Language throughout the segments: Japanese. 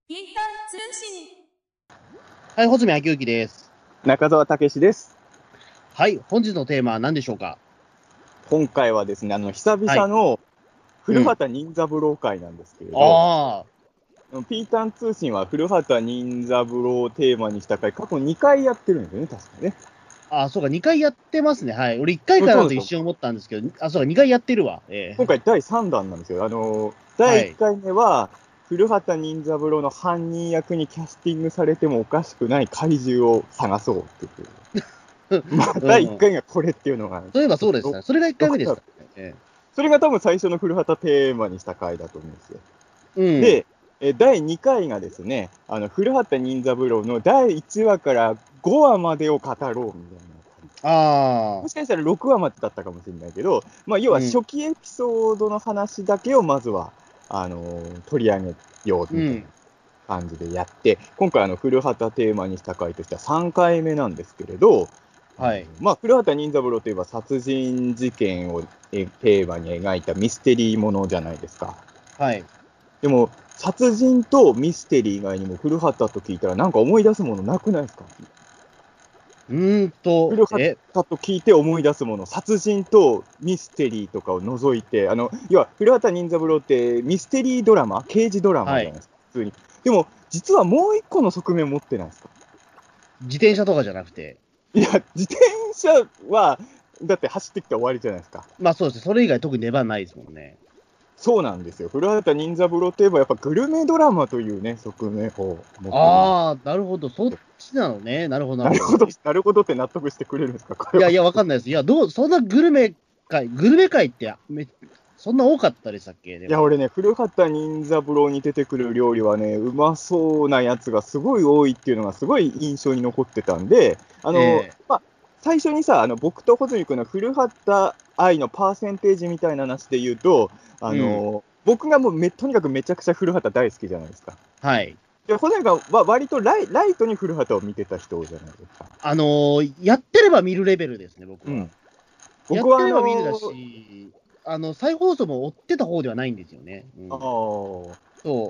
ピーター通信。 はい、穂積昭之です。 中澤武史です。 はい、本日のテーマは何でしょうか。 今回はですね、久々の古畑任三郎会なんですけれど、 あピーター通信は古畑任三郎をテーマにした回、過去2回やってるんですよね、確かね。 そうか、2回やってますね。はい。俺1回かなと一瞬思ったんですけど、そうか、2回やってるわ。 今回第3弾なんですよ。 は第い 1回目は、古畑任三郎の犯人役にキャスティングされてもおかしくない怪獣を探そうっていう。第1回がこれっていうのが、 そういえばそうですね。それが1回目ですかね。 それが多分最初の古畑テーマにした回だと思うんですよ。 で、 第2回がですね、古畑任三郎の第1話から5話までを語ろうみたいな。もしかしたら6話までだったかもしれないけど、要は初期エピソードの話だけをまずは、取り上げようみたいな感じでやって、今回古畑テーマにした回としては3回目なんですけれど、古畑任三郎といえば殺人事件をテーマに描いたミステリーものじゃないですか。 はい。 でも、殺人とミステリー以外にも古畑と聞いたらなんか思い出すものなくないですか？古畑と聞いて思い出すもの、殺人とミステリーとかを除いて、要は古畑任三郎ってミステリードラマ、刑事ドラマじゃないですか、普通に。でも、実はもう一個の側面持ってないですか？ 自転車とかじゃなくて。 いや、自転車は、だって走ってきて終わりじゃないですか。 そうですね。それ以外特に出番ないですもんね。 そうなんですよ。古畑任三郎といえば、やっぱグルメドラマというね、側面を持ってる。 なるほど。そっちなのね。なるほど。 なるほどって納得してくれるんですか、これは。 いや、わかんないです。いや、そんなグルメ会ってそんな多かったでしたっけ？ いや、俺ね、古畑任三郎に出てくる料理はね、うまそうなやつがすごい多いっていうのがすごい印象に残ってたんで、最初にさ、僕と穂積君の古畑愛のパーセンテージみたいな話で言うと、僕がもうとにかくめちゃくちゃ古畑大好きじゃないですか。 はい。 で、穂積君は割とライトに古畑を見てた人じゃないですか。 やってれば見るレベルですね、僕は。 僕はやってれば見るだし、再放送も追ってた方ではないんですよね。そう。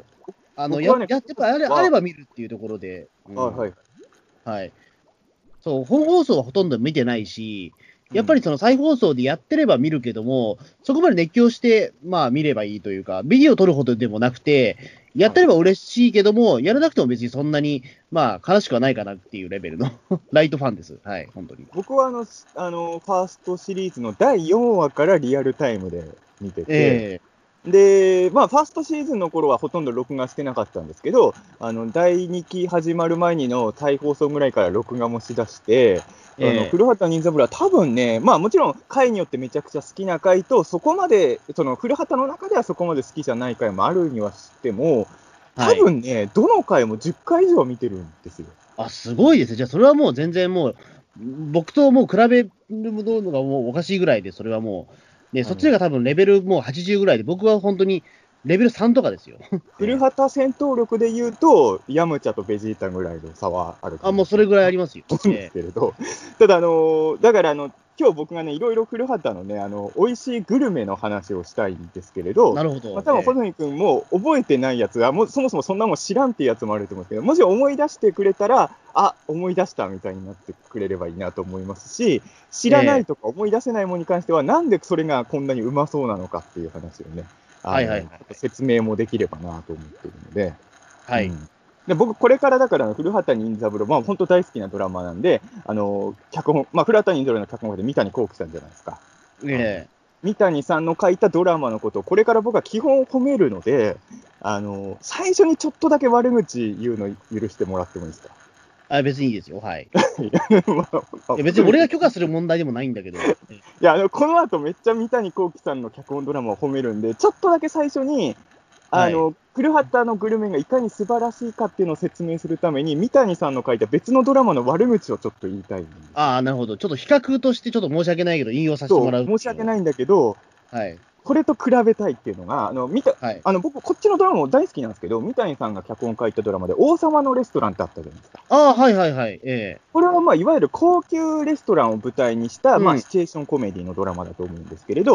やっぱあれば見るっていうところで。はい。そう、本放送はほとんど見てないし、やっぱりその再放送でやってれば見るけども、そこまで熱狂して、見ればいいというか、ビデオ撮るほどでもなくて、やってれば嬉しいけども、やらなくても別にそんなに、悲しくはないかなっていうレベルのライトファンです。はい、本当に。 僕はファーストシリーズの第4話からリアルタイムで見てて、で、ファーストシーズンの頃はほとんど録画してなかったんですけど、第2期始まる前にの再放送ぐらいから録画もしだして、古畑任三郎は多分ね、もちろん回によってめちゃくちゃ好きな回と、そこまで、古畑の中ではそこまで好きじゃない回もあるにはしても、多分ね、どの回も10回以上見てるんですよ。 すごいですね。じゃあ、それはもう全然もう、僕ともう比べるのがもうおかしいぐらいで、それはもう、そっちが多分レベルもう80ぐらいで、僕は本当にレベル3とかですよ。 古畑戦闘力で言うと、ヤムチャとベジータぐらいの差はあるかも。 もうそれぐらいありますよ。 ですけれど、ただだから今日僕がね、いろいろ古畑のね、美味しいグルメの話をしたいんですけれど、 なるほど。 多分、穂積君も覚えてないやつは、そもそもそんなもん知らんっていうやつもあると思うんですけど、もし思い出してくれたら、思い出したみたいになってくれればいいなと思いますし、知らないとか思い出せないものに関しては、なんでそれがこんなにうまそうなのかっていう話をね、説明もできればなと思っているので、で僕、これからだから古畑任三郎、本当大好きなドラマなんで、脚本、古畑任三郎の脚本で三谷幸喜さんじゃないですか。三谷さんの書いたドラマのことを、これから僕は基本褒めるので、最初にちょっとだけ悪口言うの許してもらってもいいですか？ 別にいいですよ。はい。別に俺が許可する問題でもないんだけど。いや、この後めっちゃ三谷幸喜さんの脚本ドラマを褒めるんで、ちょっとだけ最初に、古畑のグルメがいかに素晴らしいかっていうのを説明するために、三谷さんの書いた別のドラマの悪口をちょっと言いたいんです。 なるほど。ちょっと比較としてちょっと申し訳ないけど、引用させてもらう。 申し訳ないんだけど、これと比べたいっていうのが、僕、こっちのドラマも大好きなんですけど、三谷さんが脚本書いたドラマで、王様のレストランってあったじゃないですか。これは、いわゆる高級レストランを舞台にした、シチュエーションコメディのドラマだと思うんですけれど、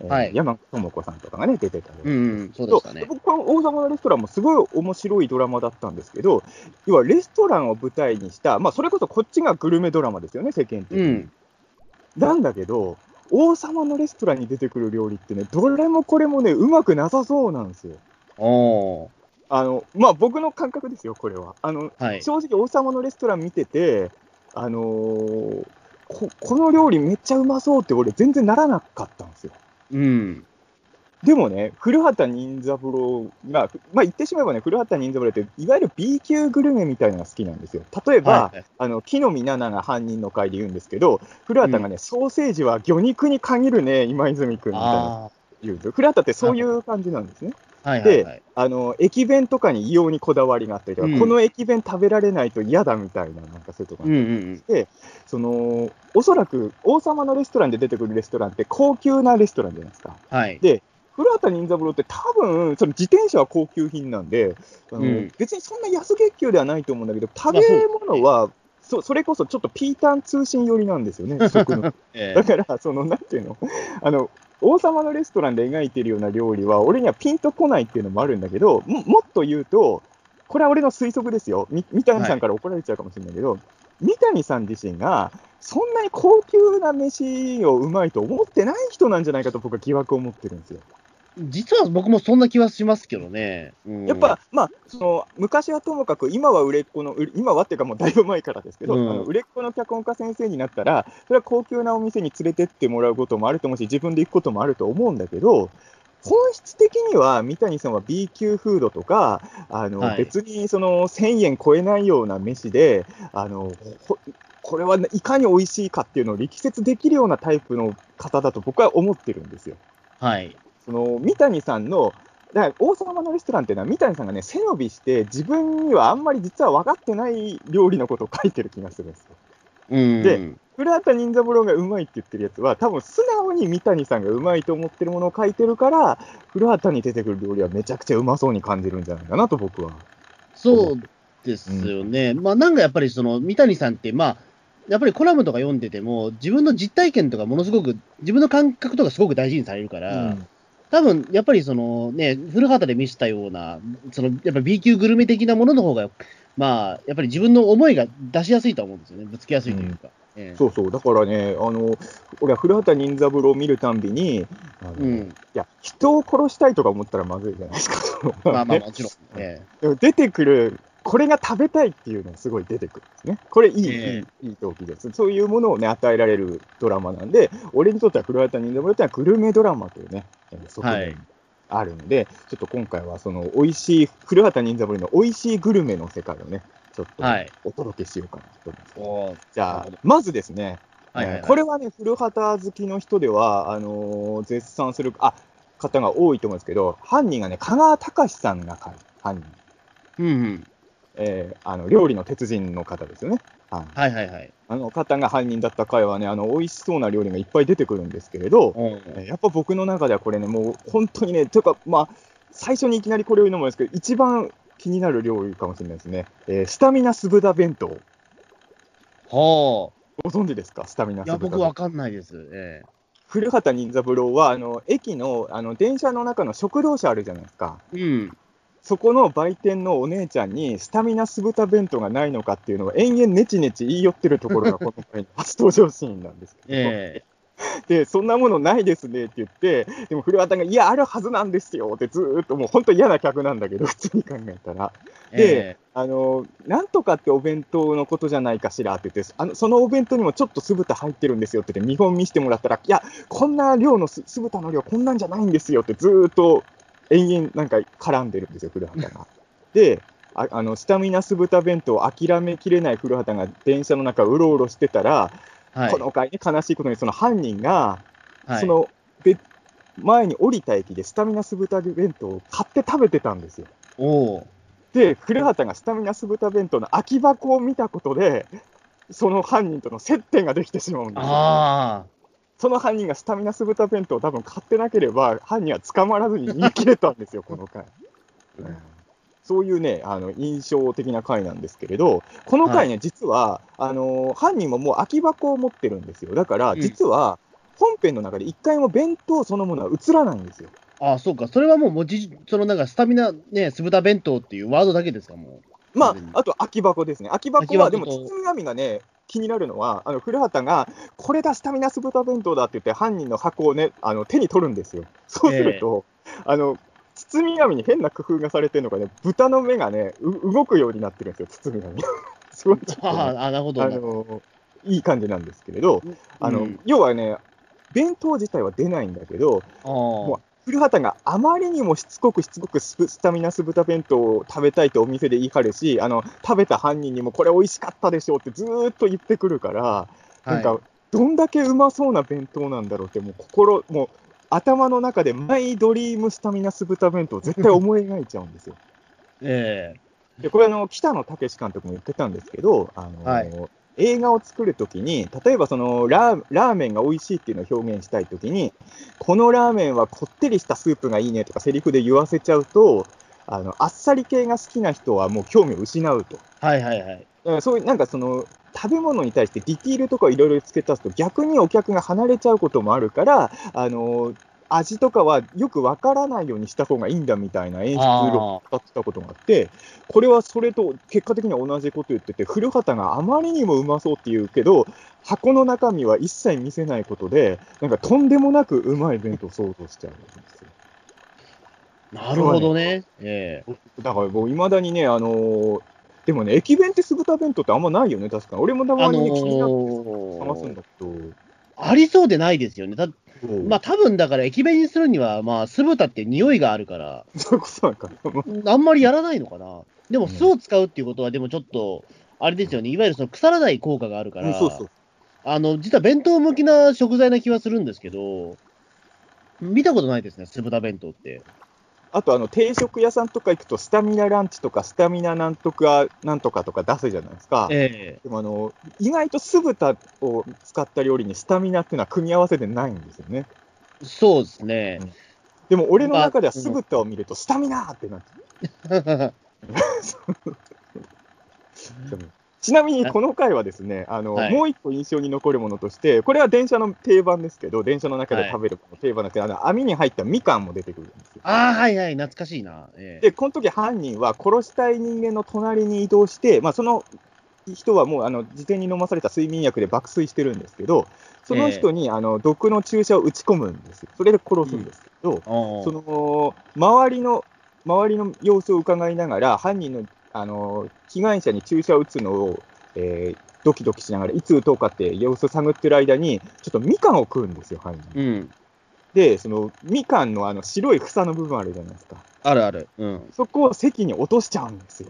山口智子さんとかがね、出てたり、 そうでしたね。 僕、この王様のレストランもすごい面白いドラマだったんですけど、要はレストランを舞台にした、それこそこっちがグルメドラマですよね、世間的に。なんだけど、王様のレストランに出てくる料理ってね、どれもこれもね、うまくなさそうなんですよ。僕の感覚ですよ、これは。正直、王様のレストラン見てて、この料理めっちゃうまそうって俺全然ならなかったんですよ。でもね、古畑任三郎が、言ってしまえばね、古畑任三郎っていわゆる B 級グルメみたいなのが好きなんですよ。例えば、木の実奈々が犯人の会で言うんですけど、古畑がね、ソーセージは魚肉に限るね、今泉君みたいな言うんですよ。古畑ってそういう感じなんですね。で、駅弁とかに異様にこだわりがあったりとか、この駅弁食べられないと嫌だみたいな、なんかそういうところがあって、おそらく王様のレストランで出てくるレストランって高級なレストランじゃないですか。で、古畑任三郎って多分、その自転車は高級品なんで、別にそんな安月給ではないと思うんだけど、食べ物は、それこそちょっとピータン通信寄りなんですよね、だから、なんていうの、王様のレストランで描いてるような料理は、俺にはピンとこないっていうのもあるんだけど、もっと言うと、これは俺の推測ですよ、三谷さんから怒られちゃうかもしれないけど、三谷さん自身が、そんなに高級な飯をうまいと思ってない人なんじゃないかと僕は疑惑を持ってるんですよ。 実は僕もそんな気はしますけどね。 やっぱ、昔はともかく、今は今はっていうかもうだいぶ前からですけど、売れっ子の脚本家先生になったら、それは高級なお店に連れてってもらうこともあると思うし、自分で行くこともあると思うんだけど、本質的には三谷さんは B 級フードとか、別に1000円超えないような飯で、これはいかに美味しいかっていうのを力説できるようなタイプの方だと僕は思ってるんですよ。三谷さんの、だから王様のレストランっていうのは、三谷さんがね、背伸びして、自分にはあんまり実は分かってない料理のことを書いてる気がするんですよ。で、古畑任三郎がうまいって言ってるやつは、多分素直に三谷さんがうまいと思ってるものを書いてるから、古畑に出てくる料理はめちゃくちゃうまそうに感じるんじゃないかなと、僕は。 そうですよね。なんかやっぱり三谷さんって、やっぱりコラムとか読んでても、自分の実体験とかものすごく、自分の感覚とかすごく大事にされるから、多分やっぱり古畑で見せたような、やっぱ B 級グルメ的なものの方が、やっぱり自分の思いが出しやすいと思うんですよね、ぶつけやすいというか。 だからね、俺は古畑任三郎を見るたんびに、いや、人を殺したいとか思ったらまずいじゃないですか。 もちろん。 でも出てくる、これが食べたいっていうのがすごい出てくるんですね。これいい動機です。そういうものをね、与えられるドラマなんで、俺にとっては古畑任三郎ってのはグルメドラマというね、側面あるんで、ちょっと今回は美味しい、古畑任三郎の美味しいグルメの世界をね、ちょっとお届けしようかなと思います。じゃあ、まずですね、これはね、古畑好きの人では、絶賛する方が多いと思うんですけど、犯人がね、香川隆さんが犯人。料理の鉄人の方ですよね。あの方が犯人だった回はね、美味しそうな料理がいっぱい出てくるんですけれど、やっぱ僕の中ではこれね、もう本当にね、というか、最初にいきなりこれを言うのもですけど、一番気になる料理かもしれないですね。スタミナ酢豚弁当。ご存知ですか、スタミナ酢豚弁当。 僕わかんないです。 古畑任三郎は、駅の、電車の中の食堂車あるじゃないですか。そこの売店のお姉ちゃんに、スタミナ酢豚弁当がないのかっていうのを延々ネチネチ言い寄ってるところが、この回の初登場シーンなんですけど。で、そんなものないですねって言って、でも古畑が、いや、あるはずなんですよってずーっともう本当嫌な客なんだけど、普通に考えたら。で、なんとかってお弁当のことじゃないかしらって言って、そのお弁当にもちょっと酢豚入ってるんですよって言って見本見せてもらったら、いや、こんな量の酢豚の量こんなんじゃないんですよってずーっと延々なんか絡んでるんですよ、古畑が。で、スタミナ酢豚弁当を諦めきれない古畑が電車の中をうろうろしてたら、この回ね、悲しいことにその犯人が、その前に降りた駅でスタミナ酢豚弁当を買って食べてたんですよ。で、古畑がスタミナ酢豚弁当の空き箱を見たことで、その犯人との接点ができてしまうんですよ。その犯人がスタミナ酢豚弁当を多分買ってなければ、犯人は捕まらずに逃げ切れたんですよ、この回。そういうね、印象的な回なんですけれど、この回ね、実は、犯人ももう空き箱を持ってるんですよ。だから、実は、 本編の中で一回も弁当そのものは映らないんですよ。 ああ、そうか。それはもう、そのなんかスタミナね、酢豚弁当っていうワードだけですか、もう。 まあ、あと空き箱ですね。空き箱は、でも包み紙がね、気になるのは、古畑が、これだ、スタミナ酢豚弁当だって言って、犯人の箱をね、手に取るんですよ。そうすると、包み紙に変な工夫がされてるのがね、豚の目がね、動くようになってるんですよ、包み紙。すごいちょっと、ね、 なるほど。 いい感じなんですけれど、要はね、弁当自体は出ないんだけど、もう古畑があまりにもしつこくスタミナ酢豚弁当を食べたいとお店で言い張るし、食べた犯人にもこれ美味しかったでしょうってずーっと言ってくるから、なんか、どんだけうまそうな弁当なんだろうって、もう頭の中でマイドリームスタミナ酢豚弁当を絶対思い描いちゃうんですよ。でこれ北野武監督も言ってたんですけど、映画を作るときに、例えばそのラーメンが美味しいっていうのを表現したいときに、このラーメンはこってりしたスープがいいねとかセリフで言わせちゃうと、あっさり系が好きな人はもう興味を失うと。だからそういうなんかその食べ物に対してディティールとかいろいろ付け足すと逆にお客が離れちゃうこともあるから、味とかはよくわからないようにした方がいいんだみたいな演出を使ってたことがあって、これはそれと結果的には同じこと言ってて、古畑があまりにもうまそうって言うけど、箱の中身は一切見せないことで、なんかとんでもなくうまい弁当を想像しちゃうんですよ。 なるほどね。 だからもういまだにね、でもね、駅弁って酢豚弁当ってあんまないよね、確かに。俺もたまにね、気になって探すんだけど。 ありそうでないですよね。まあ多分だから駅弁にするには、まあ酢豚って匂いがあるから、あんまりやらないのかな。でも酢を使うっていうことは、でもちょっと、あれですよね、いわゆるその腐らない効果があるから、実は弁当向きな食材な気はするんですけど、見たことないですね、酢豚弁当って。 あと定食屋さんとか行くと、スタミナランチとか、スタミナなんとかなんとかとか出すじゃないですか。でも意外と酢豚を使った料理にスタミナっていうのは組み合わせてないんですよね。 そうですね。 でも俺の中では酢豚を見ると、スタミナってなってちなみにこの回はですね、もう一個印象に残るものとして、これは電車の定番ですけど、電車の中で食べる定番ですけど、網に入ったみかんも出てくるんですよ。 懐かしいな。 で、この時犯人は殺したい人間の隣に移動して、まあ、その人はもう事前に飲まされた睡眠薬で爆睡してるんですけど、その人に毒の注射を打ち込むんですよ。それで殺すんですけど、その周りの様子を伺いながら、犯人の被害者に注射を打つのを、ドキドキしながら、いつ打とうかって様子を探ってる間に、ちょっとみかんを食うんですよ、犯人。で、そのみかんの白い房の部分あるじゃないですか。 あるある。 そこを席に落としちゃうんですよ。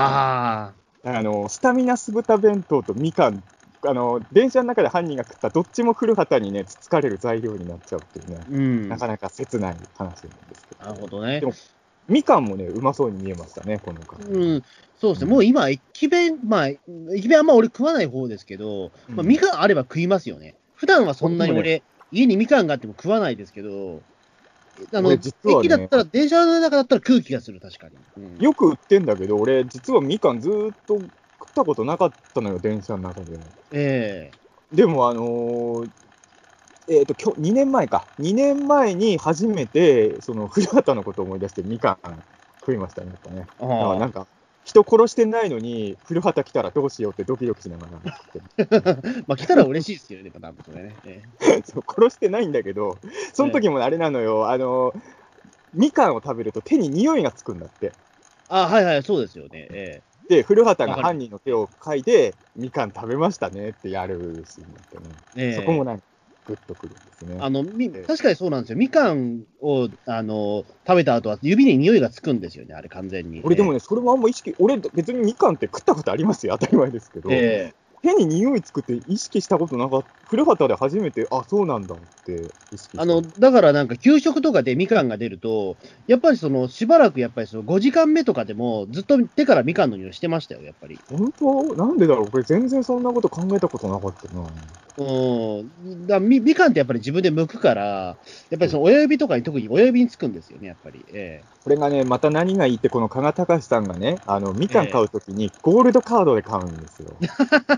スタミナ酢豚弁当とみかん、電車の中で犯人が食ったどっちも古畑にね、つつかれる材料になっちゃうっていうね、なかなか切ない話なんですけど。 なるほどね。 でもみかんもね、うまそうに見えましたね、この回。 そうですね、もう今、駅弁あんま俺食わない方ですけど、みかんあれば食いますよね。普段はそんなに俺、家にみかんがあっても食わないですけど、駅だったら、電車の中だったら食う気がする、確かに。 よく売ってんだけど、俺、実はみかんずーっと食ったことなかったのよ、電車の中で。でも、2年前か。2年前に初めて、その古畑のことを思い出して、みかん食いましたね、やっぱね。だからなんか、人殺してないのに、古畑来たらどうしようってドキドキしながら。 まあ来たら嬉しいですよね、多分それね。 そう、殺してないんだけど、その時もあれなのよ、みかんを食べると手に匂いがつくんだって。 そうですよね。 で、古畑が犯人の手を嗅いで、みかん食べましたねってやるシーンだったね。そこもなんか、グッとくるんですね。 確かにそうなんですよ。みかんを食べた後は指に匂いがつくんですよね、あれ完全に。 俺でもね、それもあんま俺別にみかんって食ったことありますよ、当たり前ですけど。手に匂いつくって意識したことなかった。古畑で初めて、そうなんだって意識した。 だからなんか給食とかでみかんが出ると、やっぱりしばらくやっぱり5時間目とかでもずっと手からみかんの匂いしてましたよ、やっぱり。 本当？なんでだろう、これ全然そんなこと考えたことなかったな。 みかんってやっぱり自分で剥くから、やっぱり親指とかに特に親指につくんですよね、やっぱり。 これがね、また何がいいって、この加賀隆さんがね、みかん買うときにゴールドカードで買うんですよ。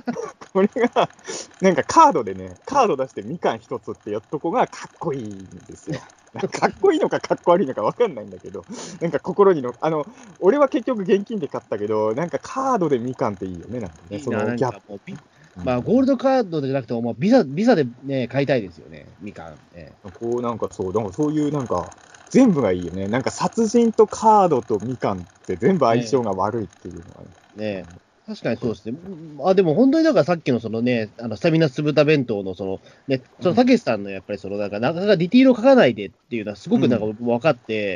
これが、なんかカードでね、カード出してみかん一つってやっとこがかっこいいんですよ。かっこいいのかかっこ悪いのかわかんないんだけど、なんか心にの、俺は結局現金で買ったけど、なんかカードでみかんっていいよね、なんかね、 いいな、なんかもうまあ、ゴールドカードじゃなくても、ビザでね、買いたいですよね、みかん。 こうなんかそういうなんか、全部がいいよね。なんか殺人とカードとみかんって全部相性が悪いっていうのがね。確かにそうですね。でも本当にだからさっきのそのね、スタミナ酢豚弁当のたけしさんのやっぱりなんか、なかなかディティールを書かないでっていうのはすごくなんか分かって、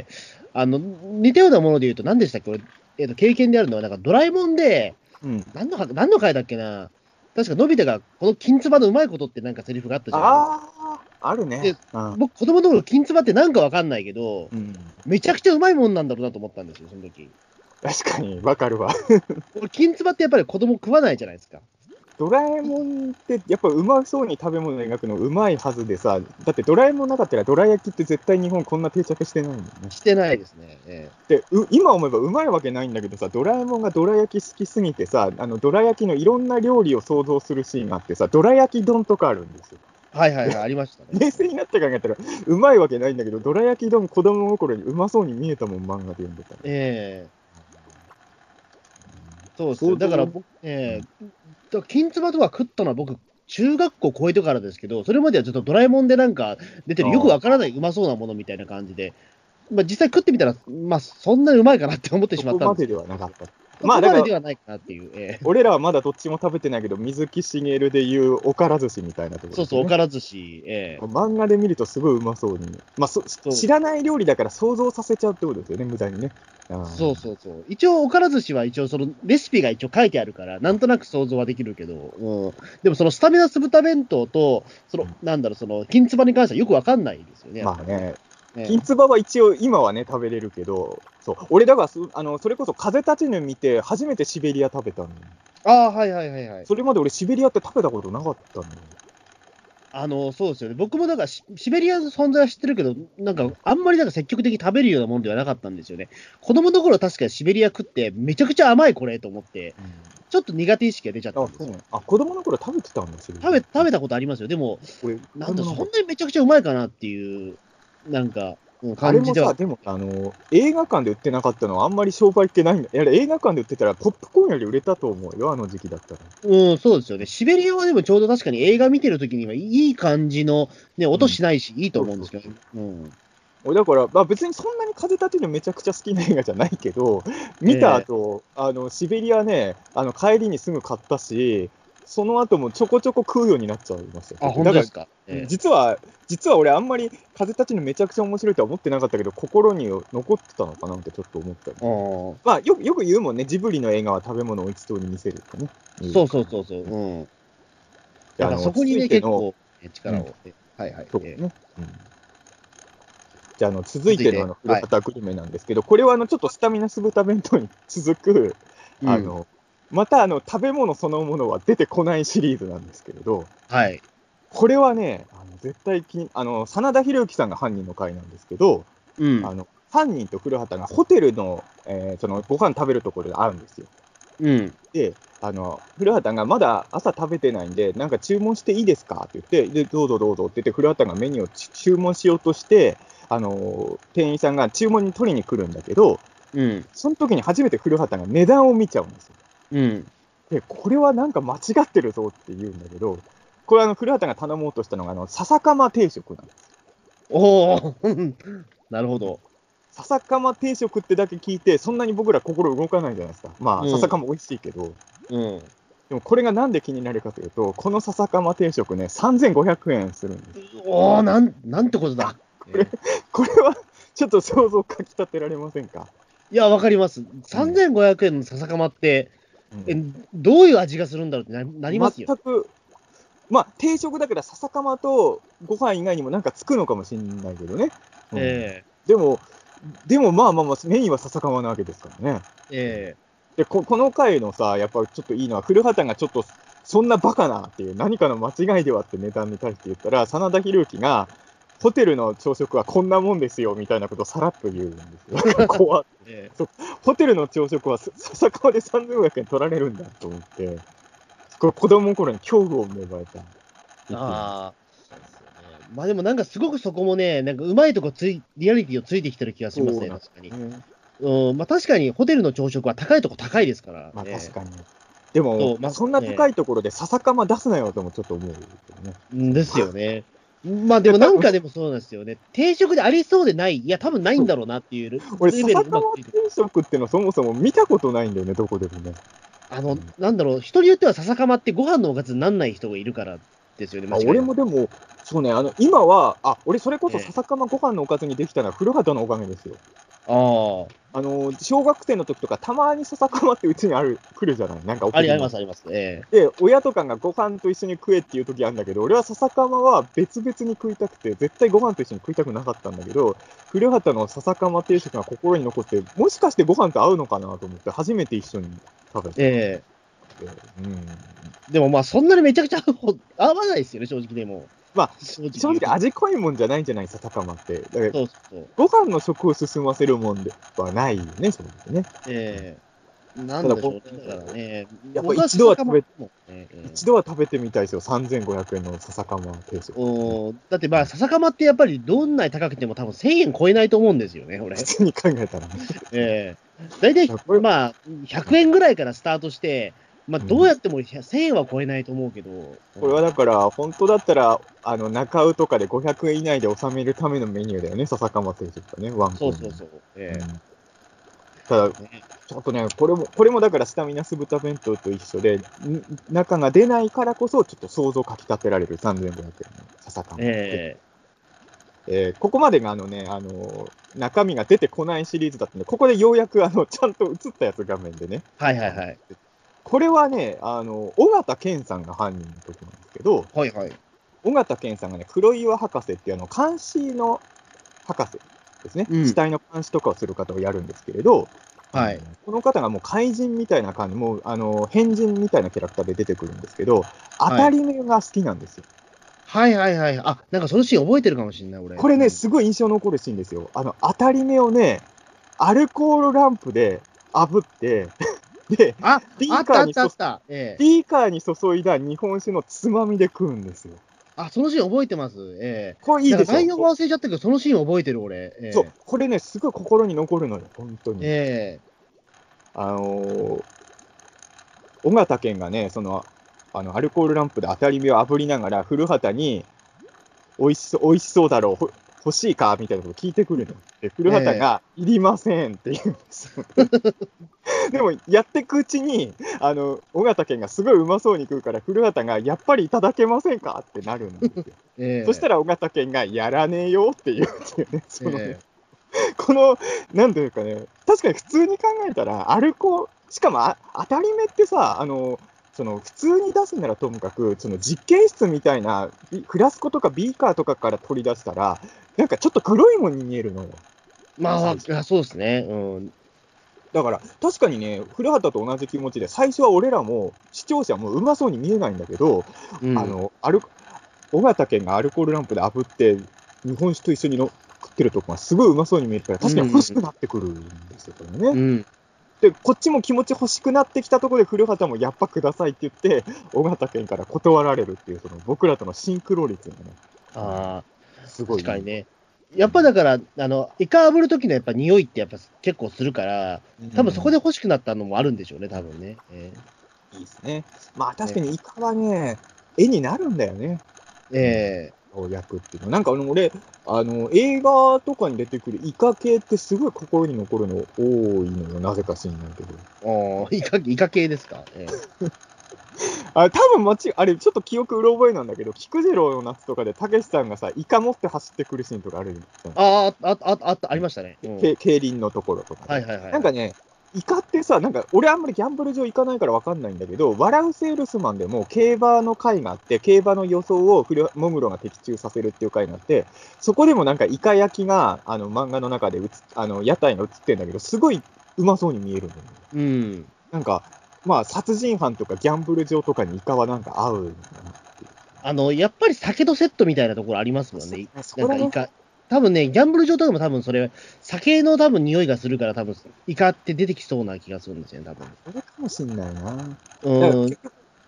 似たようなもので言うと何でしたっけ、経験であるのは、なんかドラえもんで、何の回だっけな、確かのび太がこの金つばのうまいことってなんかセリフがあったじゃないですか。 あるね。 で、僕、子供の頃、金つばってなんかわかんないけど、めちゃくちゃうまいもんなんだろうなと思ったんですよ、その時。 確かに、わかるわ。 金つばってやっぱり子供食わないじゃないですか。 ドラえもんってやっぱうまそうに食べ物描くのうまいはずでさ、だってドラえもんなかったらドラ焼きって絶対日本こんな定着してないもんね。 してないですね。 で今思えばうまいわけないんだけどさ、ドラえもんがドラ焼き好きすぎてさ、ドラ焼きのいろんな料理を想像するシーンがあってさ、ドラ焼き丼とかあるんですよ。 はいはいはい、ありましたね。 冷静になって考えたら、うまいわけないんだけど、ドラ焼き丼子供心にうまそうに見えたもん、漫画で読んでたら。 そうですよ。だから僕、金つばとか食ったのは僕、中学校超えてからですけど、それまではずっとドラえもんでなんか出てるよくわからないうまそうなものみたいな感じで、まあ、実際食ってみたら、まあ、そんなにうまいかなって思ってしまったんですけど。 そこまでではなかった。 まあ、だから、ではないかなっていう。 俺らはまだどっちも食べてないけど、水木しげるでいうおから寿司みたいなところ、ね。 そうそう、おから寿司。 漫画で見るとすごいうまそうに。まあ、知らない料理だから想像させちゃうってことですよね、無駄にね。 そうそうそう。一応、おから寿司は一応、そのレシピが一応書いてあるから、なんとなく想像はできるけど、でもそのスタミナ酢豚弁当と、なんだろう、その金つばに関してはよくわかんないですよね。 まあね。金つばは一応今はね食べれるけど、そう俺だからそれこそ風立ちぬ見て初めてシベリア食べたの。 はいはいはいはい。 それまで俺シベリアって食べたことなかったの。 そうですよね。僕もだからシベリアの存在は知ってるけど、なんかあんまりなんか積極的に食べるようなものではなかったんですよね。子供の頃確かにシベリア食ってめちゃくちゃ甘いこれと思って、ちょっと苦手意識が出ちゃったんですよ。 子供の頃食べてたんですよ。 食べたことありますよ。でも、なんだそんなにめちゃくちゃうまいかなっていう。なんか、感じでは。 あれもさ、でも映画館で売ってなかったのはあんまり商売っ気ないんだ。映画館で売ってたらポップコーンより売れたと思うよ、あの時期だったら。 そうですよね。シベリアはでもちょうど確かに映画見てるときにはいい感じの、ね、音しないし、いいと思うんですけど。 俺だから、まあ、別にそんなに風立ちぬめちゃくちゃ好きな映画じゃないけど、見た後、シベリアね、帰りにすぐ買ったし、その後もちょこちょこ食うようになっちゃいました。 本当ですか。 実は俺あんまり風立ちぬめちゃくちゃ面白いとは思ってなかったけど、心に残ってたのかなってちょっと思った。まあよく言うもんね、ジブリの映画は食べ物を一通に見せるってね。 そう。だからそこにね、結構力を。はいはい。 そうね。じゃあ、続いての古畑グルメなんですけど、これはちょっとスタミナ酢豚弁当に続く、また食べ物そのものは出てこないシリーズなんですけれど、これはね、絶対真田広之さんが犯人の回なんですけど、犯人と古畑がホテルの、そのご飯食べるところで会うんですよ。で、古畑がまだ朝食べてないんで、なんか注文していいですかって言って、で、どうぞどうぞって言って、古畑がメニューを注文しようとして、店員さんが注文に取りに来るんだけど、その時に初めて古畑が値段を見ちゃうんですよ。で、これはなんか間違ってるぞって言うんだけど、これ古畑が頼もうとしたのが笹かま定食なんです。 なるほど。 笹かま定食ってだけ聞いて、そんなに僕ら心動かないじゃないですか。まあ、笹かま美味しいけど。でもこれがなんで気になるかというと、この笹かま定食ね、3500円するんです。 なんてことだ。 これはちょっと想像かき立てられませんか？ いや、わかります。3500円の笹かまって、どういう味がするんだろうってなりますよ。 全く、まあ、定食だから笹かまとご飯以外にもなんかつくのかもしれないけどね。でもまあ、メインは笹かまなわけですからね。でこの回のさ、やっぱちょっといいのは、古畑がちょっと、そんなバカなっていう、何かの間違いではって値段に対して言ったら、真田広之が、ホテルの朝食はこんなもんですよみたいなことをさらっと言うんですよ。怖っホテルの朝食は笹かまで3500円取られるんだと思って、 子供の頃に恐怖を芽生えた。 ああ。まあでもなんかすごくそこもね、なんかうまいとこリアリティをついてきてる気がしますね、確かに。まあ確かにホテルの朝食は高いとこ高いですから。 まあ確かに。でも、そんな高いところで笹かま出すなよともちょっと思うよね。ですよね。まあでもなんかでもそうなんですよね。定食でありそうでない。いや、多分ないんだろうなっていう。 俺、笹かま定食ってのそもそも見たことないんだよね、どこでもね。 なんだろう、人によっては笹かまってご飯のおかずになんない人がいるからですよね、 俺もでも、そうね、今は、俺それこそ笹かまご飯のおかずにできたのは古畑のおかげですよ。小学生の時とか、たまに笹かまってうちに来るじゃない、なんかあります、あります。 で、親とかがご飯と一緒に食えっていう時あるんだけど、俺は笹かまは別々に食いたくて、絶対ご飯と一緒に食いたくなかったんだけど、古畑の笹かま定食が心に残って、もしかしてご飯と合うのかなと思って、初めて一緒に食べて。 でもまあ、そんなにめちゃくちゃ合わないですよね、正直でも。 まあ、正直味濃いもんじゃないんじゃない、笹かまって。だからご飯の食を進ませるもんではないよね、それでね。 なんでしょう、だからね。 やっぱ一度は食べてみたいですよ、3500円の笹かま定食。 だってまあ、笹かまってやっぱりどんなに高くても多分1000円超えないと思うんですよね、俺。 普通に考えたらね。 大体、まあ、100円ぐらいからスタートして、まあ、どうやっても1000円は超えないと思うけど。 これはだから、本当だったら、中尾とかで500円以内で収めるためのメニューだよね、笹かま定食がね、ワンコ。 そう。 ただ、ちょっとね、これもだからスタミナ酢豚弁当と一緒で、中が出ないからこそ、ちょっと想像かき立てられる3500円の笹かま。ここまでが中身が出てこないシリーズだったんで、ここでようやくちゃんと映ったやつ画面でね。これはね、尾形健さんが犯人の時なんですけど、尾形健さんがね、黒岩博士っていう監視の博士ですね。死体の監視とかをする方をやるんですけれど、この方がもう怪人みたいな感じ、もう変人みたいなキャラクターで出てくるんですけど、当たり目が好きなんですよ。 あ、なんかそのシーン覚えてるかもしれない、俺。 これね、すごい印象残るシーンですよ。当たり目をね、アルコールランプで炙って、で、ビーカーに注いだ日本酒のつまみで食うんですよ。 そのシーン覚えてます。 これいいでしょ。 内容忘れちゃったけど、そのシーン覚えてる、俺。 そう、これね、すごい心に残るのよ、本当に。尾形健がね、アルコールランプで当たり目を炙りながら、古畑に、美味しそうだろう、欲しいかみたいなこと聞いてくるの。で、古畑が、いりませんって言うんですよ。でも、やってくうちに、尾形健がすごいうまそうに食うから、古畑が、やっぱりいただけませんかってなるんですよ。そしたら、尾形健が、やらねえよって言うんですよね。この、なんていうかね、確かに普通に考えたら、しかも当たり目ってさ、普通に出すならともかく、実験室みたいな、フラスコとかビーカーとかから取り出したら、なんかちょっと黒いものに見えるのよ。 まあ、そうですね。 だから、確かにね、古畑と同じ気持ちで、最初は俺らも、視聴者もうまそうに見えないんだけど、尾形健がアルコールランプで炙って、日本酒と一緒に食ってるとこがすごいうまそうに見えるから、確かに欲しくなってくるんですよ、これね。で、こっちも気持ち欲しくなってきたところで、古畑もやっぱくださいって言って、尾形健から断られるっていう、僕らとのシンクロ率がね。すごい。 確かにね。やっぱだから、イカ炙るときのやっぱ匂いってやっぱ結構するから、多分そこで欲しくなったのもあるんでしょうね、多分ね。 いいですね。まあ確かにイカはね、絵になるんだよね。役っていうの。なんか俺、映画とかに出てくるイカ系ってすごい心に残るの多いのよ、なぜか知んないけど。 イカ系ですか。 多分あれ、ちょっと記憶うろ覚えなんだけど、菊次郎の夏とかで、たけしさんがさ、イカ持って走ってくるシーンとかあるじゃん。 ありましたね。 競輪のところとか。なんかね、イカってさ、なんか俺あんまりギャンブル場行かないから分かんないんだけど、笑うセールスマンでも競馬の回があって、競馬の予想をもぐろが的中させるっていう回があって、そこでもなんかイカ焼きが漫画の中で屋台が映ってるんだけど、すごいうまそうに見えるんだよ。なんか、まあ殺人犯とかギャンブル場とかにイカはなんか合うのかな。やっぱり酒とセットみたいなところありますもんね。なんかイカ。多分ね、ギャンブル場とかも多分それ、酒の多分匂いがするから多分、イカって出てきそうな気がするんですよね、多分。 それかもしんないな。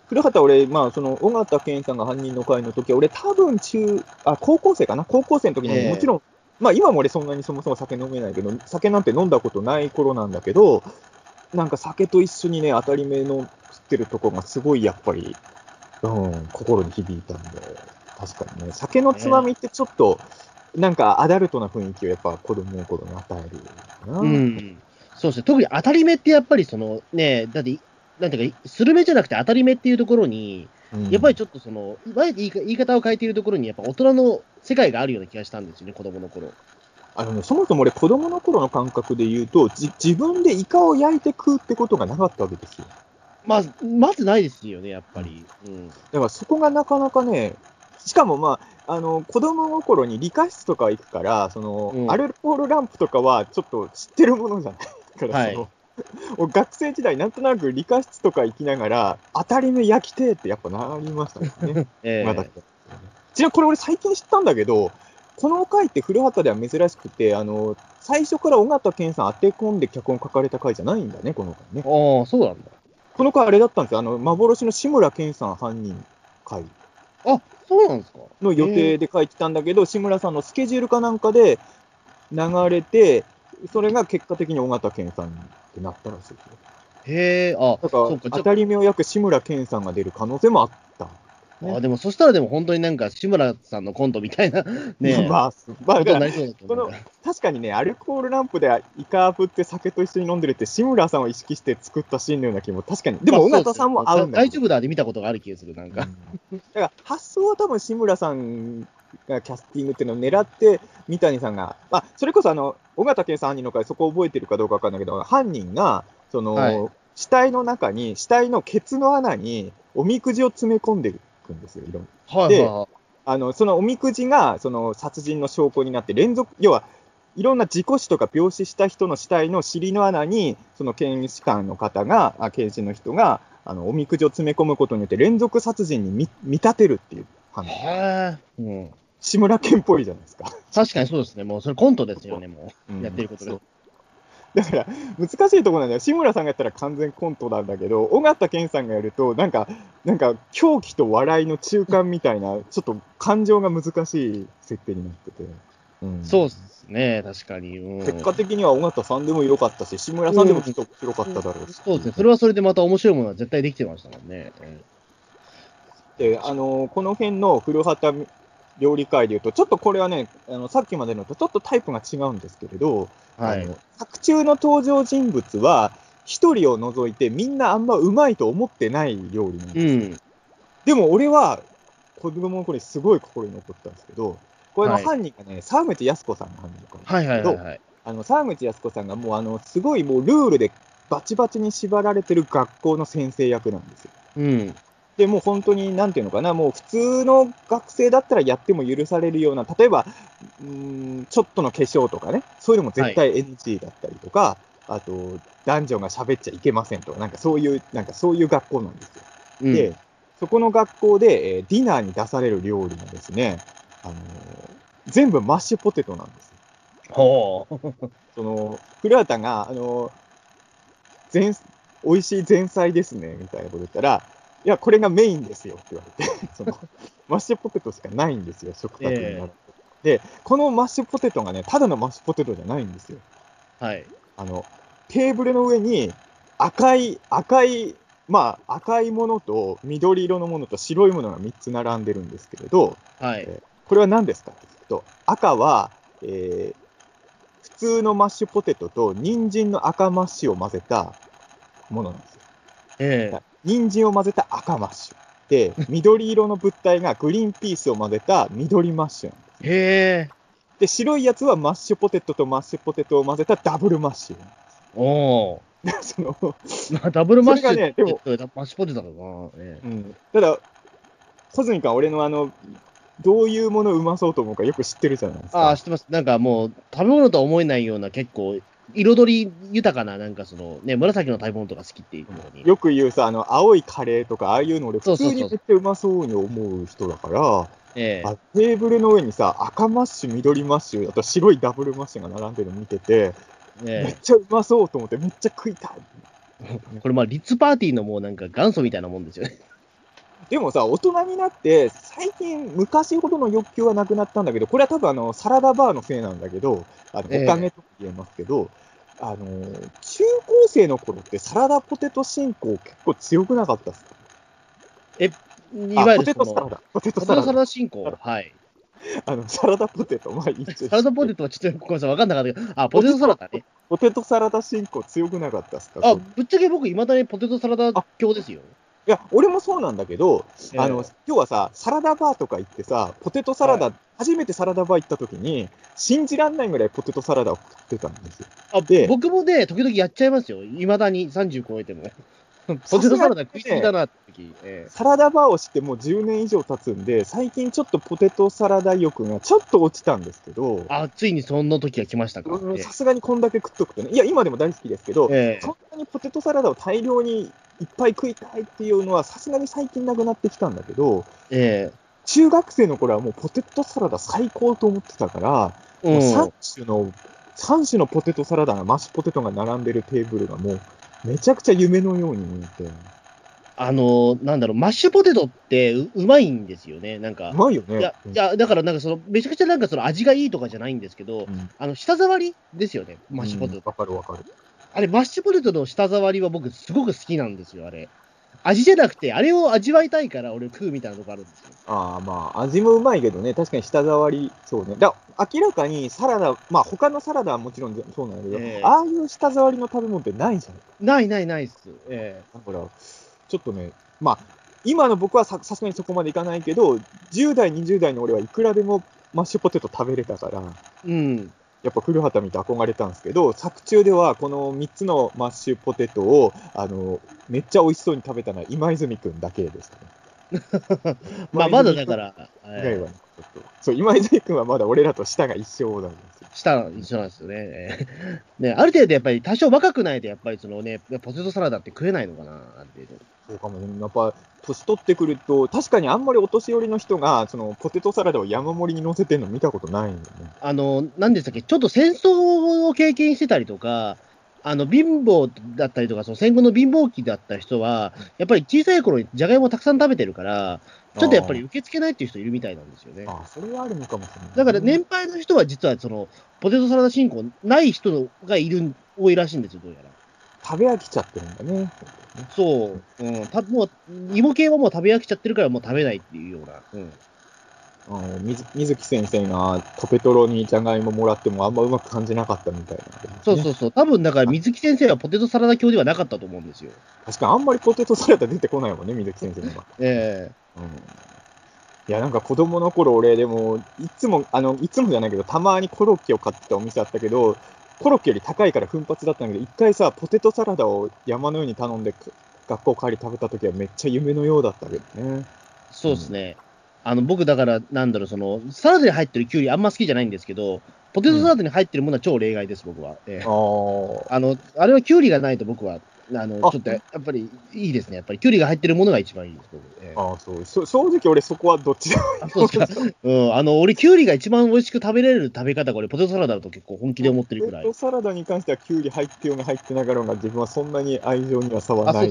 古畑、俺、その尾形健さんが犯人の会の時は、俺、多分高校生かな、高校生の時に、もちろん、今も俺、そんなにそもそも酒飲めないけど、酒なんて飲んだことない頃なんだけど、なんか酒と一緒にね、当たり目の吸ってるとこがすごいやっぱり、心に響いたんで、確かにね、酒のつまみってちょっと、なんかアダルトな雰囲気をやっぱ子供の頃に与えるかな。 そうですね、特に当たり目ってやっぱりそのね、だって、なんていうか、スルメじゃなくて当たり目っていうところに、やっぱりちょっとその、言い方を変えているところに、やっぱ大人の世界があるような気がしたんですよね、子供の頃。 そもそも俺、子供の頃の感覚で言うと、自分でイカを焼いて食うってことがなかったわけですよ。 まずないですよね、やっぱり。 だからそこがなかなかね、しかも子供の頃に理科室とか行くから、アルコールランプとかはちょっと知ってるものじゃないだから学生時代、なんとなく理科室とか行きながら、当たり目焼きてってやっぱなりましたね。ちなみにこれ俺最近知ったんだけど、この回って古畑では珍しくて、最初から尾形健さん当て込んで脚本書かれた回じゃないんだね、この回ね。 ああ、そうなんだ。 この回あれだったんですよ。幻の志村けんさん犯人回。 あ、そうなんですか。 の予定で書いてたんだけど、志村さんのスケジュールかなんかで流れて、それが結果的に尾形健さんってなったらしいですよ。 へえ、あ、 だから当たり目を焼く志村けんさんが出る可能性もあった。 でもそしたらでも本当になんか志村さんのコントみたいなね、 確かにね、アルコールランプでイカ振って酒と一緒に飲んでるって志村さんを意識して作ったシーンのような気も確かに。でも尾形さんも合うんだ。 大丈夫だで見たことがある気がする、なんか。 だから発想は多分志村さんがキャスティングっていうのを狙って三谷さんが、それこそ尾形健さん犯人の回そこ覚えてるかどうかわかんないけど、犯人が死体の中に死体のケツの穴におみくじを詰め込んでるんですよ、いろんな。で、そのおみくじがその殺人の証拠になって要はいろんな事故死とか病死した人の死体の尻の穴にその検視官の方が検視の人がおみくじを詰め込むことによって連続殺人に見立てるっていう判断。志村けんっぽいじゃないですか。 確かにそうですね。もうそれコントですよね、もう。やってることが。 だから、難しいところなんだよ。志村さんがやったら完全コントなんだけど、尾形健さんがやると、なんか、狂気と笑いの中間みたいな、ちょっと感情が難しい設定になってて。 そうですね、確かに。 結果的には尾形さんでも良かったし、志村さんでもきっと面白かっただろうし。 そうですね、それはそれでまた面白いものは絶対できてましたもんね。 で、この辺の古畑料理会でいうと、ちょっとこれはね、さっきまでのとちょっとタイプが違うんですけれど、作中の登場人物は、一人を除いてみんなあんまうまいと思ってない料理なんですよ。でも俺は、子供の頃にすごい心に残ったんですけど、これの犯人がね、沢口靖子さんの犯人なんですけど、沢口靖子さんがもうすごいもうルールでバチバチに縛られてる学校の先生役なんですよ。でもう本当に、なんていうのかな、もう普通の学生だったらやっても許されるような、例えば、ちょっとの化粧とかね、そういうのも絶対 NG だったりとか、あと、男女が喋っちゃいけませんとか、なんかそういう学校なんですよ。で、そこの学校で、ディナーに出される料理がですね、全部マッシュポテトなんですよ。古畑が、美味しい前菜ですね、みたいなこと言ったら、いや、これがメインですよって言われて、マッシュポテトしかないんですよ、食卓になる。で、このマッシュポテトがね、ただのマッシュポテトじゃないんですよ。テーブルの上に赤いものと緑色のものと白いものが3つ並んでるんですけれど、これは何ですかというと、赤は、普通のマッシュポテトと人参の赤マッシュを混ぜたものなんですよ。人参を混ぜた赤マッシュ。で、緑色の物体がグリーンピースを混ぜた緑マッシュなんです。で、白いやつはマッシュポテトとマッシュポテトを混ぜたダブルマッシュなんです。 ダブルマッシュって、マッシュポテトだな。 ただ、小泉君は俺のどういうものをうまそうと思うかよく知ってるじゃないですか。 知ってます。なんかもう、食べ物とは思えないような結構、彩り豊かな、なんか紫の食べ物とか好きっていうのに。 よく言うさ、青いカレーとか、ああいうの俺普通にめっちゃうまそうに思う人だから、テーブルの上にさ、赤マッシュ、緑マッシュ、あと白いダブルマッシュが並んでるの見てて、めっちゃうまそうと思って、めっちゃ食いたい。 これリッツパーティーのもうなんか元祖みたいなもんですよね。 でもさ、大人になって、最近、昔ほどの欲求はなくなったんだけど、これは多分サラダバーのせいなんだけど、おかげと言えますけど、中高生の頃ってサラダポテト信仰結構強くなかったっすか？ いわゆるポテトサラダ。 ポテトサラダ信仰。はい。 サラダポテト、まあいいサラダポテトはちょっとごめんなさい、わかんなかったけど、ポテトサラダね。 ポテトサラダ信仰強くなかったっすか？ ぶっちゃけ僕、いまだにポテトサラダ教ですよ。 いや、俺もそうなんだけど、今日はさ、サラダバーとか行ってさ、ポテトサラダ、初めてサラダバー行った時に、信じらんないぐらいポテトサラダを食ってたんですよ。 僕もね、時々やっちゃいますよ。いまだに30超えても。ポテトサラダ食いすぎだなって時、 サラダバーをしてもう10年以上経つんで、最近ちょっとポテトサラダ欲がちょっと落ちたんですけど。 ついにそんな時が来ましたか。 さすがにこんだけ食っとくとね。いや、今でも大好きですけど、そんなにポテトサラダを大量にいっぱい食いたいっていうのは、さすがに最近なくなってきたんだけど、中学生の頃はもうポテトサラダ最高と思ってたから、もう3種のポテトサラダが、マッシュポテトが並んでるテーブルがもう、めちゃくちゃ夢のように見えて。 なんだろう、マッシュポテトってうまいんですよね、なんか。 うまいよね。 いや、だからなんかめちゃくちゃなんか味がいいとかじゃないんですけど、舌触りですよね、マッシュポテト。 わかるわかる。 あれ、マッシュポテトの舌触りは僕すごく好きなんですよ、あれ。味じゃなくて、あれを味わいたいから俺食うみたいなとこあるんですよ。 まあ、味もうまいけどね、確かに舌触り、そうね。明らかにサラダ、まあ他のサラダはもちろんそうなんだけど、ああいう舌触りの食べ物ってないじゃん。 ないっす。 だから、ちょっとね、まあ、今の僕はさすがにそこまでいかないけど、10代、20代の俺はいくらでもマッシュポテト食べれたから、やっぱ古畑見て憧れたんですけど、作中ではこの3つのマッシュポテトを、めっちゃ美味しそうに食べたのは今泉くんだけでしたね。 まだだから、 そう、今泉くんはまだ俺らと舌が一緒なんですよ。 舌が一緒なんですよね。ある程度やっぱり多少若くないと、やっぱりポテトサラダって食えないのかな、ある程度。 そうかもね。やっぱ、年取ってくると、確かにあんまりお年寄りの人が、ポテトサラダを山盛りに乗せてるの見たことないんだよね。 なんでしたっけ、ちょっと戦争を経験してたりとか、貧乏だったりとか、戦後の貧乏期だった人は、やっぱり小さい頃にじゃがいもをたくさん食べてるから、ちょっとやっぱり受け付けないっていう人いるみたいなんですよね。 それはあるのかもしれない。 だから年配の人は実はポテトサラダ信仰ない人が多いらしいんですよ、どうやら。 食べ飽きちゃってるんだね。 そう。もう、芋系はもう食べ飽きちゃってるからもう食べないっていうような。 水木先生がトペトロにじゃがいももらってもあんまうまく感じなかったみたいな、 ね。そう。多分だから水木先生はポテトサラダ教ではなかったと思うんですよ。 確かにあんまりポテトサラダ出てこないもんね、水木先生のが。いや、なんか子供の頃俺でも、いつもじゃないけど、たまにコロッケを買ってたお店あったけど、コロッケより高いから奮発だったんだけど、一回さ、ポテトサラダを山のように頼んで学校帰り食べたときはめっちゃ夢のようだったけどね。 そうですね。僕だから、サラダに入ってるキュウリあんま好きじゃないんですけど、ポテトサラダに入ってるものは超例外です、僕は。あれはキュウリがないと僕は、ちょっとやっぱりいいですね。やっぱりキュウリが入ってるものが一番いいです、 僕。正直俺そこはどっちでもいい。 そうですか。俺キュウリが一番美味しく食べれる食べ方が俺ポテトサラダだと結構本気で思ってるくらい。 ポテトサラダに関してはキュウリ入ってようが入ってなかろうが自分はそんなに愛情には差はない。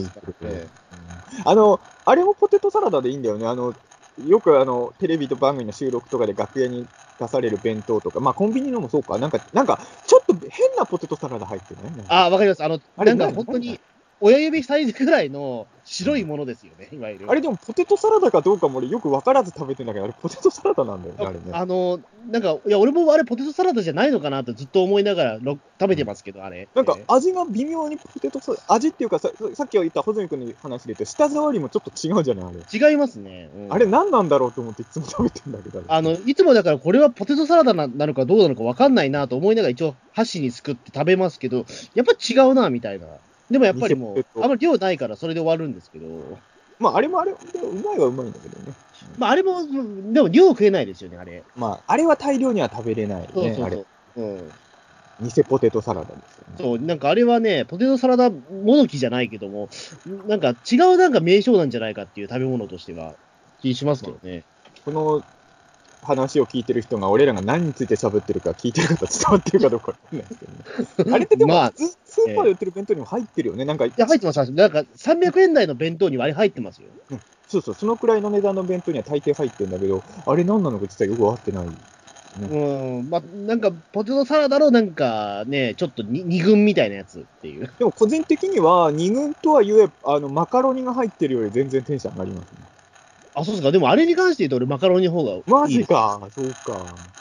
あれもポテトサラダでいいんだよね。よくテレビと番組の収録とかで楽屋に出される弁当とか、まあコンビニのもそうか、なんかちょっと変なポテトサラダ入ってるね。 わかります。なんか本当に親指サイズくらいの白いものですよね、いわゆる。 あれでもポテトサラダかどうかも俺よく分からず食べてんだけど、あれポテトサラダなんだよね、あれね。 なんか、いや、俺もあれポテトサラダじゃないのかなとずっと思いながら食べてますけど、あれ。 なんか味が微妙にポテトサラダ、味っていうかさっき言った穂積君の話で言うと、舌触りもちょっと違うじゃない、あれ。違いますね。 あれ何なんだろうと思っていつも食べてんだけど。 いつもだからこれはポテトサラダなのかどうなのか分かんないなと思いながら一応箸にすくって食べますけど、やっぱ違うな、みたいな。でもやっぱりもう、あんまり量ないからそれで終わるんですけど。 まあ、あれもでもうまいはうまいんだけどね。 まあ、あれも、でも量食えないですよね、あれ。 まあ、あれは大量には食べれないね、 そうあれ。偽ポテトサラダですよね。 そう、なんかあれはね、ポテトサラダもどきじゃないけども、なんか違うなんか名称なんじゃないかっていう食べ物としては気しますけどね。 この話を聞いてる人が、俺らが何について喋ってるか聞いてるかと伝わってるかどうかわかんないですけどね。あれってでも、普通、スーパーで売ってる弁当にも入ってるよね。なんか、いや、入ってます。なんか、300円台の弁当には入ってますよ。 そうそう、そのくらいの値段の弁当には大抵入ってるんだけど、あれ何なのか実はよく分かってない。 なんか、ポテトサラダのなんかね、ちょっと2軍みたいなやつっていう。 でも個人的には、2軍とは言え、マカロニが入ってるより全然テンション上がりますね。 あ、そうですか。でもあれに関して言うと、俺マカロニの方がいい。 マジか、そうか。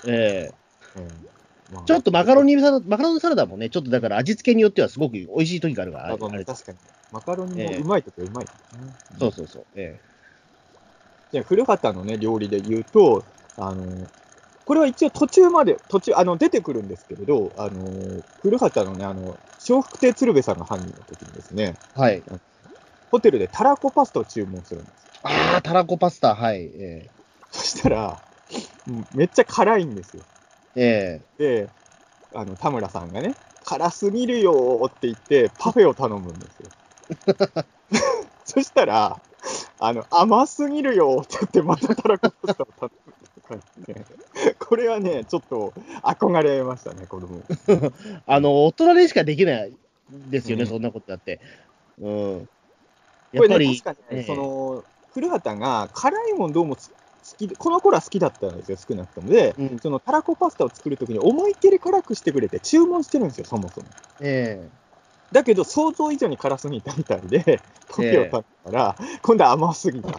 ちょっとマカロニサラダもね、ちょっとだから味付けによってはすごく美味しい時があるから。 確かに。マカロニもうまいときはうまい、 そうそうそう。 じゃあ、古畑のね、料理で言うと、これは一応途中、出てくるんですけれど、古畑のね、笑福亭鶴瓶さんが犯人の時にですね、 はい。 ホテルでたらこパスタを注文するんです。 ああ、たらこパスタ、はい。 そしたら、めっちゃ辛いんですよ。で、田村さんがね、辛すぎるよーって言って、パフェを頼むんですよ。そしたら、甘すぎるよーって言って、またたらこパスタを頼むって感じで、これはね、ちょっと憧れましたね、子供。 大人でしかできないですよね、そんなことだって。やっぱり、 確かに、古畑が辛いもんどうも好きで、この頃は好きだったんですよ、少なくとも。で、そのたらこパスタを作るときに思いっきり辛くしてくれて注文してるんですよ、そもそも。だけど、想像以上に辛すぎたみたいで、パフェを食べたら、今度は甘すぎた。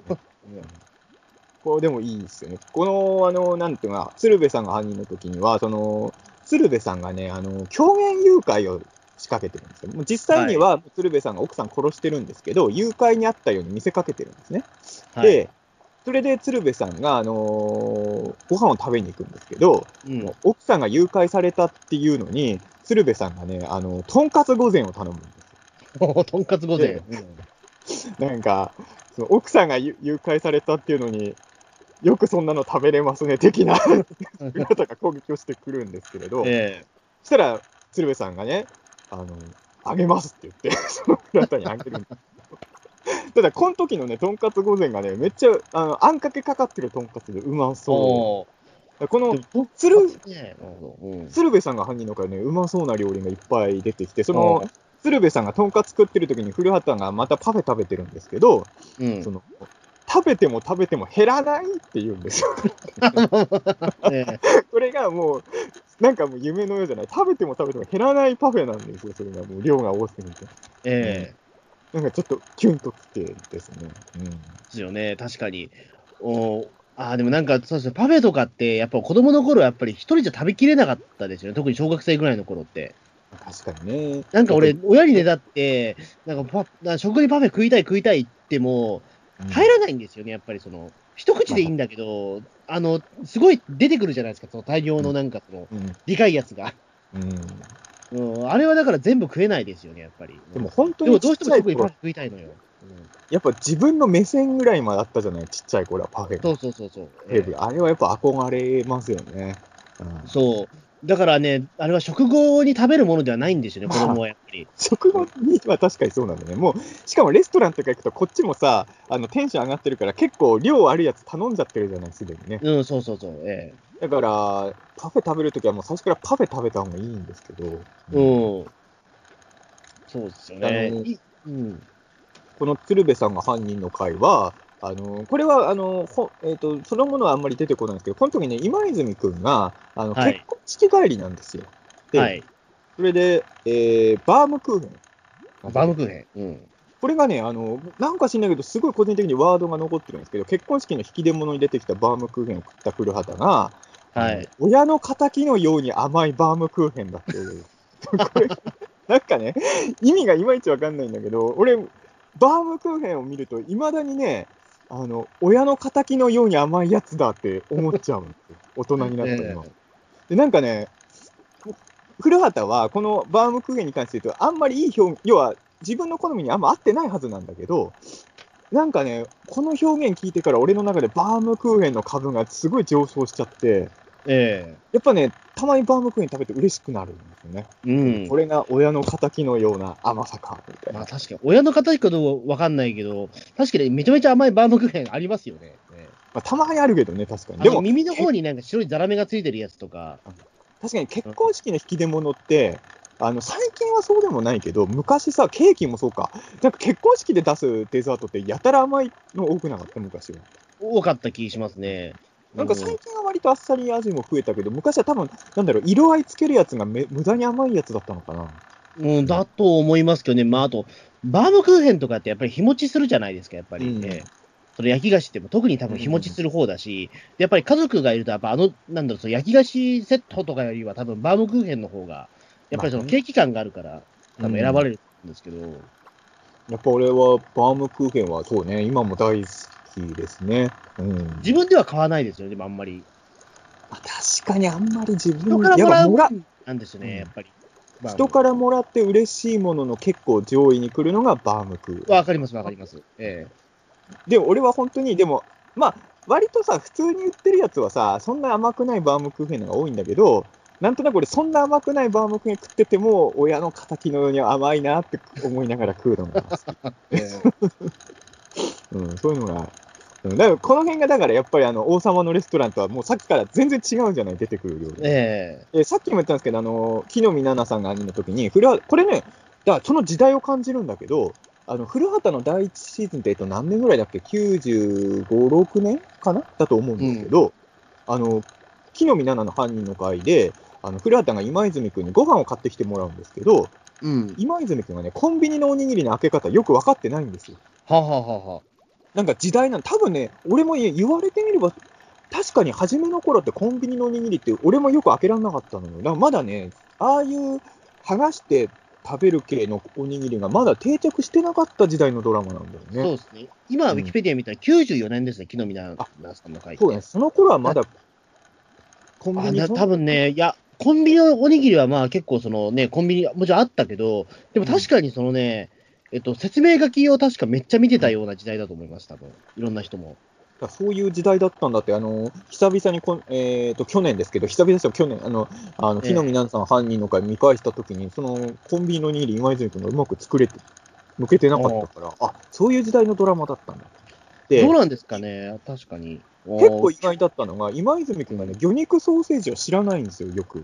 これでもいいですよね。この、なんていうか、鶴瓶さんが犯人の時には、鶴瓶さんがね、狂言誘拐を仕掛けてるんですよ。もう実際には、鶴瓶さんが奥さん殺してるんですけど、誘拐にあったように見せかけてるんですね。で、それで鶴瓶さんが、ご飯を食べに行くんですけど、奥さんが誘拐されたっていうのに、鶴瓶さんがね、とんかつ御膳を頼むんですよ。 とんかつ御膳。 なんか、その奥さんが誘拐されたっていうのに、よくそんなの食べれますね、的な姿が攻撃をしてくるんですけれど、そしたら、鶴瓶さんがね、あげますって言って、その姿にあげるんです。ただ、この時のね、とんかつ御膳がね、めっちゃ、あんかけかかってるとんかつでうまそう。この鶴瓶さんが犯人のからね、うまそうな料理がいっぱい出てきて、鶴瓶さんがとんかつ作ってる時に古畑がまたパフェ食べてるんですけど、食べても食べても減らないって言うんですよ。これがもう、なんかもう夢のようじゃない。食べても食べても減らないパフェなんですよ、それがもう量が多すぎて。なんかちょっとキュンときてですね。 ですよね、確かに。でもなんか、そうですね、パフェとかって、やっぱ子供の頃はやっぱり一人じゃ食べきれなかったですよね、特に小学生ぐらいの頃って。 確かにね。 なんか俺、親にねだって、なんか食にパフェ食いたいって言っても、入らないんですよね、やっぱり一口でいいんだけど、すごい出てくるじゃないですか、その大量のなんかでかいやつが。あれはだから全部食えないですよね、やっぱり。 でも本当にどうしても食いたいのよ。 やっぱ自分の目線ぐらいまであったじゃない、ちっちゃい頃はパフェが。 そう。 あれはやっぱ憧れますよね。 そう。だからね、あれは食後に食べるものではないんですよね、子供はやっぱり。 食後には確かにそうなんだね。もう、しかもレストランとか行くと、こっちもさ、テンション上がってるから、結構量あるやつ頼んじゃってるじゃない、すでにね。 そう。 だから、パフェ食べるときはもう最初からパフェ食べた方がいいんですけど。 そうですよね。 この鶴瓶さんが犯人の回は、これは、そのものはあんまり出てこないんですけど、この時ね、今泉くんが、結婚式帰りなんですよ。で、それで、バームクーヘン。これがね、なんか知んないけど、すごい個人的にワードが残ってるんですけど、結婚式の引き出物に出てきたバームクーヘンを食った古畑が、親の敵のように甘いバームクーヘンだっていう。これ、なんかね、意味がいまいちわかんないんだけど、俺、バームクーヘンを見ると、いまだにね、親の敵のように甘いやつだって思っちゃうんですよ。大人になった今。で、なんかね、古畑はこのバームクーヘンに関して言うと、あんまりいい要は自分の好みにあんま合ってないはずなんだけど、なんかね、この表現聞いてから俺の中でバームクーヘンの株がすごい上昇しちゃって、やっぱね、たまにバームクーヘン食べて嬉しくなるんですよね。これが親の敵のような甘さか、みたいな。 確かに、親の敵かどうかわかんないけど、確かにめちゃめちゃ甘いバームクーヘンありますよね。 まあ、たまにあるけどね、確かに。 でも耳の方になんか白いザラメがついてるやつとか。 確かに結婚式の引き出物って、最近はそうでもないけど、昔さ、ケーキもそうか、なんか結婚式で出すデザートってやたら甘いの多くなかった、昔は。 多かった気しますね。 なんか最近は割とあっさり味も増えたけど、昔は多分、なんだろう、色合いつけるやつが無駄に甘いやつだったのかな。 だと思いますけどね、まあ、あと、バームクーヘンとかってやっぱり日持ちするじゃないですか、やっぱりね。その焼き菓子って特に多分日持ちする方だし、やっぱり家族がいると、やっぱなんだろう、その焼き菓子セットとかよりは、多分バームクーヘンの方が、やっぱりそのケーキ感があるから、多分選ばれるんですけど。 やっぱ俺はバームクーヘンはそうね、今も大好きですね。 自分では買わないですよね、でもあんまり。 確かにあんまり自分人からもらうなんですよね、やっぱり。 人からもらって嬉しいものの結構上位に来るのがバームクーヘン。 わかります、わかります。 で、俺は本当に、でも、まあ、割とさ、普通に売ってるやつはさ、そんな甘くないバームクーヘンのが多いんだけど、なんとなく俺、そんな甘くないバームクーヘン食ってても、親の敵のように甘いなって思いながら食うのが好き。そういうのが。だからこの辺がだからやっぱり王様のレストランとはもうさっきから全然違うじゃない、出てくる料理。さっきも言ったんですけど、木の実奈々さんが兄の時に、これね、だからその時代を感じるんだけど、古畑の第一シーズンって何年ぐらいだっけ ?95、6年かなだと思うんですけど、木の実奈々の犯人の会で、古畑が今泉君にご飯を買ってきてもらうんですけど、今泉君がね、コンビニのおにぎりの開け方よく分かってないんですよ。なんか時代多分ね、俺も言われてみれば、確かに初めの頃ってコンビニのおにぎりって俺もよく開けられなかったのよ。だからまだね、ああいう剥がして食べる系のおにぎりがまだ定着してなかった時代のドラマなんだよね。 そうですね。今、ウィキペディア見たら94年ですね、木の実奈々さんの書いて。 そうね、その頃はまだコンビニ多分ね、いや、コンビニのおにぎりはまあ結構そのね、コンビニもちろんあったけど、でも確かにそのね、説明書きを確かめっちゃ見てたような時代だと思います、多分いろんな人も。 そういう時代だったんだって、久々に去年ですけど、久々ですよ、去年、木の実奈々さん犯人の会見返したときに、そのコンビニのおにぎり、今泉君がうまく作れて、向けてなかったから、そういう時代のドラマだったんだって。 どうなんですかね、確かに。 結構意外だったのが、今泉君がね、魚肉ソーセージを知らないんですよ、よく。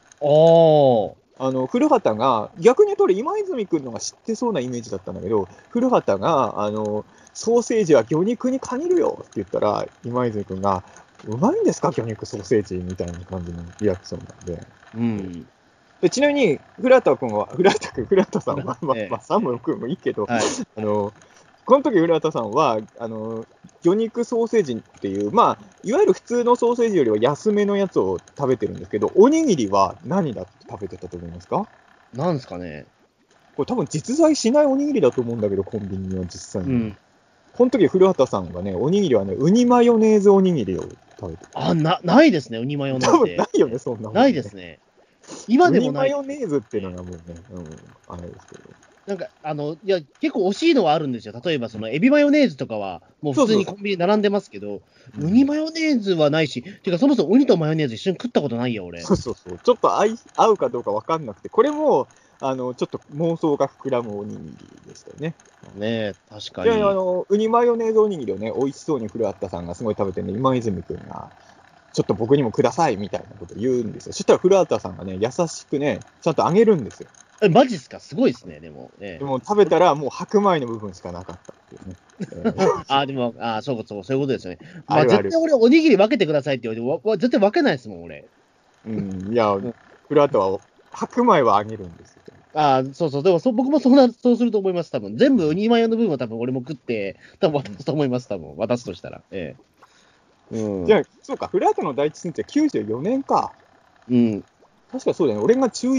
古畑が、逆に言うと俺、今泉君のが知ってそうなイメージだったんだけど、古畑が、ソーセージは魚肉に限るよって言ったら、今泉君が、うまいんですか、魚肉ソーセージみたいな感じのリアクションなんで。でちなみに、古畑さんは、サム君もいいけど、この時古畑さんは、魚肉ソーセージっていう、いわゆる普通のソーセージよりは安めのやつを食べてるんですけど、おにぎりは何だって食べてたと思いますか？ なんですかね。 これ多分実在しないおにぎりだと思うんだけど、コンビニは実際に。この時古畑さんがね、おにぎりはね、ウニマヨネーズおにぎりを食べてた。 ないですね、ウニマヨネーズ。 多分ないよね、そんなもん、 ないですね。今でもない。 ウニマヨネーズっていうのがもうね、あれですけど。 なんか、いや、結構惜しいのはあるんですよ。例えば、その、エビマヨネーズとかは、もう普通にコンビニ並んでますけど、ウニマヨネーズはないし、てか、そもそもウニとマヨネーズ一緒に食ったことないよ、俺。 そう。ちょっと合うかどうか分かんなくて、これも、ちょっと妄想が膨らむおにぎりでしたよね。 ねえ、確かに。 ウニマヨネーズおにぎりをね、美味しそうに古畑さんがすごい食べてるんで、今泉君が、ちょっと僕にもくださいみたいなこと言うんですよ。そしたら古畑さんがね、優しくね、ちゃんとあげるんですよ。 マジっすか？すごいですね、でも。 でも食べたらもう白米の部分しかなかったっていうね。 でも、そういうことですよね。絶対俺、おにぎり分けてくださいって言われて、絶対分けないですもん、俺。 いや、古畑は白米はあげるんですよ。 そう。でも僕もそうすると思います、多分。全部ウニマヨの部分は多分俺も食って、多分渡すと思います、多分。渡すとしたら。 じゃあ、そうか、古畑の第一シーズンって94年か。確かそうだよね。俺が中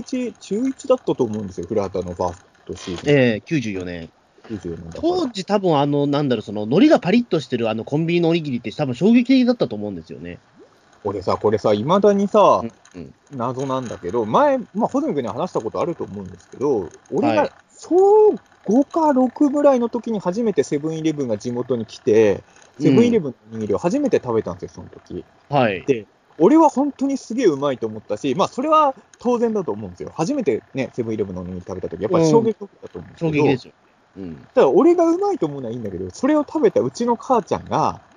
1だったと思うんですよ、古畑のファーストシーズン。 94年。 94年当時多分その、海苔がパリッとしてるコンビニのおにぎりって多分衝撃的だったと思うんですよね。これさ、いまだにさ、謎なんだけど、前、ホズミ君に話したことあると思うんですけど、俺が小5か6ぐらいの時に初めてセブンイレブンが地元に来て、セブンイレブンのおにぎりを初めて食べたんですよ、その時。で、俺は本当にすげえうまいと思ったし、それは当然だと思うんですよ。初めてね、セブンイレブンのおにぎり食べた時、やっぱり衝撃だったと思うんですけど、 衝撃ですよ。 ただ俺がうまいと思うのはいいんだけど、それを食べたうちの母ちゃんが、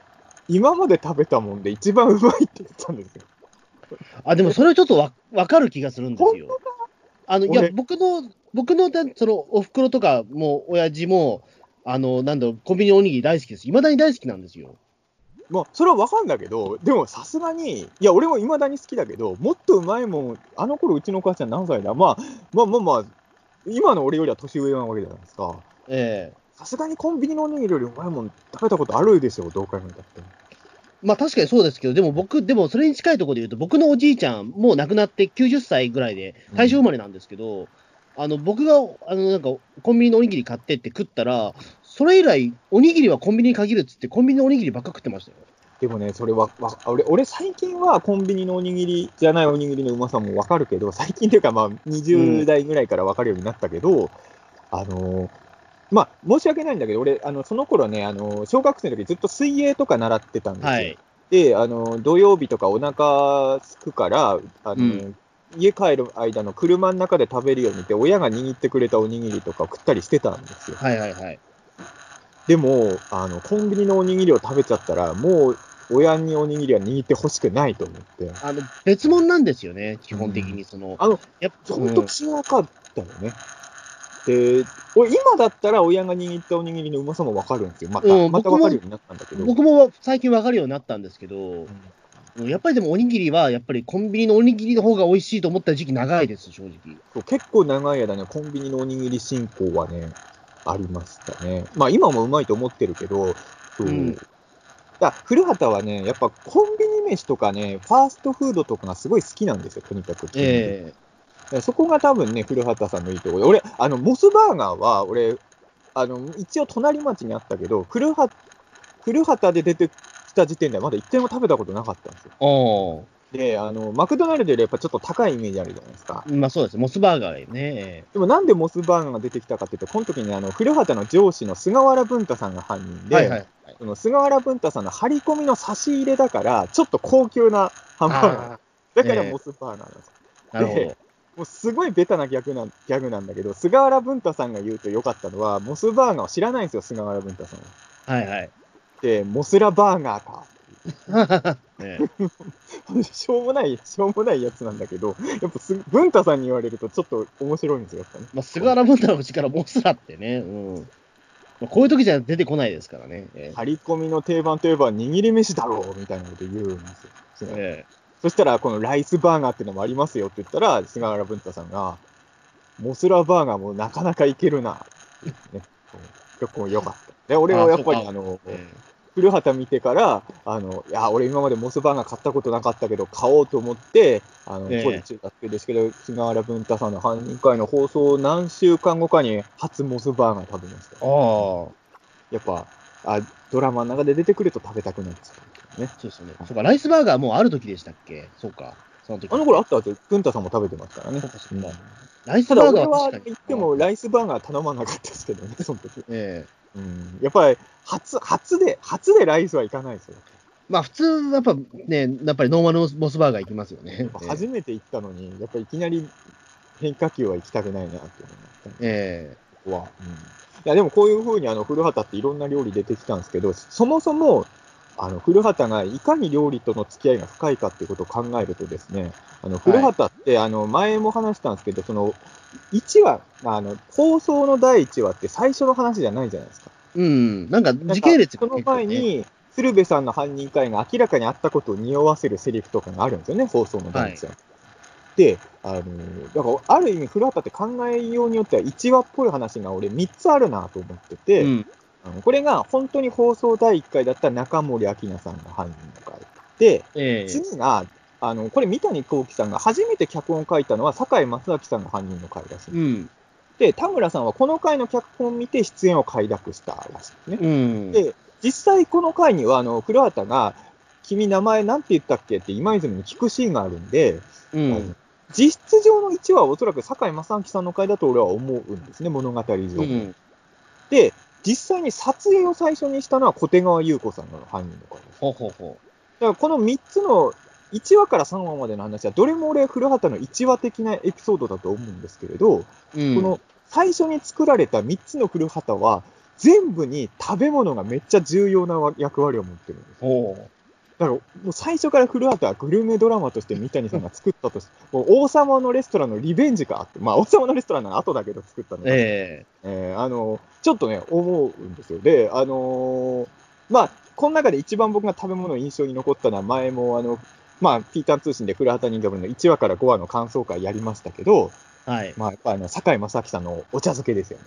今まで食べたもんで一番うまいって言ったんですよ。 でもそれはちょっとわかる気がするんですよ。いや、僕のそのお袋とかも親父も、なんだろう、コンビニおにぎり大好きです。未だに大好きなんですよ。 まあ、それはわかんだけど、でもさすがに、いや、俺も未だに好きだけど、もっとうまいもん、あの頃うちの母ちゃん何歳だ、まあ、今の俺よりは年上なわけじゃないですか。さすがにコンビニのおにぎりよりうまいもん食べたことあるでしょ、どう考えたって。 まあ確かにそうですけど、でもそれに近いところで言うと、僕のおじいちゃん、もう亡くなって90歳ぐらいで、大正生まれなんですけど、僕がなんかコンビニのおにぎり買ってって食ったら、それ以来、おにぎりはコンビニに限るっつって、コンビニのおにぎりばっか食ってましたよ。 でもね、それは、俺最近はコンビニのおにぎりじゃないおにぎりのうまさもわかるけど、最近というか、まあ、20代ぐらいからわかるようになったけど、まあ、申し訳ないんだけど、俺、その頃ね、小学生の時ずっと水泳とか習ってたんですよ。はい、で、土曜日とかお腹すくから、家帰る間の車の中で食べるようにって、親が握ってくれたおにぎりとか食ったりしてたんですよ。 はいはいはい。 でも、コンビニのおにぎりを食べちゃったら、もう、親におにぎりは握ってほしくないと思って。 別物なんですよね、基本的に。 やっぱ、ほんと違かったよね。で、俺、今だったら親が握ったおにぎりのうまさも分かるんですよ。また分かるようになったんだけど。 僕も最近分かるようになったんですけど、やっぱりでもおにぎりは、やっぱりコンビニのおにぎりの方が美味しいと思った時期長いです、正直。 結構長い間ね、コンビニのおにぎり進行はね、ありましたね。まあ今もうまいと思ってるけど、古畑はね、やっぱコンビニ飯とかね、ファーストフードとかがすごい好きなんですよ、とにかく。そこが多分ね、古畑さんのいいところで、俺、モスバーガーは、俺、一応隣町にあったけど、古畑で出てきた時点ではまだ一回も食べたことなかったんですよ。で、マクドナルドよりやっぱちょっと高いイメージあるじゃないですか。 まあそうです、モスバーガーよね。 でもなんでモスバーガーが出てきたかっていうと、この時に古畑の上司の菅原文太さんが犯人で、その菅原文太さんの張り込みの差し入れだから、ちょっと高級なハンバーガー。だからモスバーガーなんです。 なるほど。 もうすごいベタなギャグなんだけど、菅原文太さんが言うと良かったのは、モスバーガーを知らないんですよ、菅原文太さんは。 はいはい。 で、モスラバーガーか。しょうもないやつなんだけど、やっぱ文太さんに言われるとちょっと面白いんですよ、やっぱね。 まあ、菅原文太の口からモスラってね、こういう時じゃ出てこないですからね。 張り込みの定番といえば握り飯だろうみたいなこと言うんですよ。そしたら、このライスバーガーっていうのもありますよって言ったら、菅原文太さんが、モスラバーガーもなかなかいけるな、ね、結構良かった。で、俺はやっぱり古畑見てから、いや、俺今までモスバーガー買ったことなかったけど、買おうと思って、当時中学生ですけど、菅原文太さんの犯人会の放送何週間後かに初モスバーガー食べました。やっぱ、ドラマの中で出てくると食べたくなっちゃう。ね、 そうですね。そうか、ライスバーガーもうある時でしたっけ？そうか。その時。 頃あったわけ。文太さんも食べてますからね。 ライスバーガーは確かに。言ってもライスバーガー頼まなかったですけどね、その時。やっぱり初でライスはいかないですよ。 まあ普通はやっぱね、やっぱりノーマルモスバーガー行きますよね。 初めて行ったのに、やっぱりいきなり変化球は行きたくないなって思いました。いやでもこういう風に古畑っていろんな料理出てきたんですけど、そもそも古畑がいかに料理との付き合いが深いかっていうことを考えるとですね、古畑って、前も話したんですけど、その、1話、放送の第1話って最初の話じゃないじゃないですか。 なんか時系列が、その前に、鶴瓶さんの犯人会が明らかにあったことを匂わせるセリフとかがあるんですよね、放送の第1話。で、だからある意味、古畑って考えようによっては1話っぽい話が俺3つあるなと思ってて、これが本当に放送第1回だった中森明菜さんの犯人の回で、次が、これ三谷幸喜さんが初めて脚本を書いたのは堺正明さんの犯人の回らしい。で、田村さんはこの回の脚本を見て出演を快諾したらしいね。で、実際この回には古畑が、君名前なんて言ったっけって今泉に聞くシーンがあるんで、実質上の1話はおそらく堺正明さんの回だと俺は思うんですね、物語上。で、実際に撮影を最初にしたのは小手川優子さんの犯人の回です。だからこの3つの1話から3話までの話はどれも俺古畑の1話的なエピソードだと思うんですけれど、この最初に作られた3つの古畑は全部に食べ物がめっちゃ重要な役割を持ってるんですよ。だからもう最初から古畑はグルメドラマとして三谷さんが作ったとして、もう王様のレストランのリベンジかって、まあ王様のレストランの後だけど作ったんで、ちょっとね、思うんですよ。で、まあ、この中で一番僕が食べ物の印象に残ったのは、前もまあ、ピーターン通信で古畑任三郎の1話から5話の感想会やりましたけど、 はい。 まあ、やっぱ堺正明さんのお茶漬けですよね。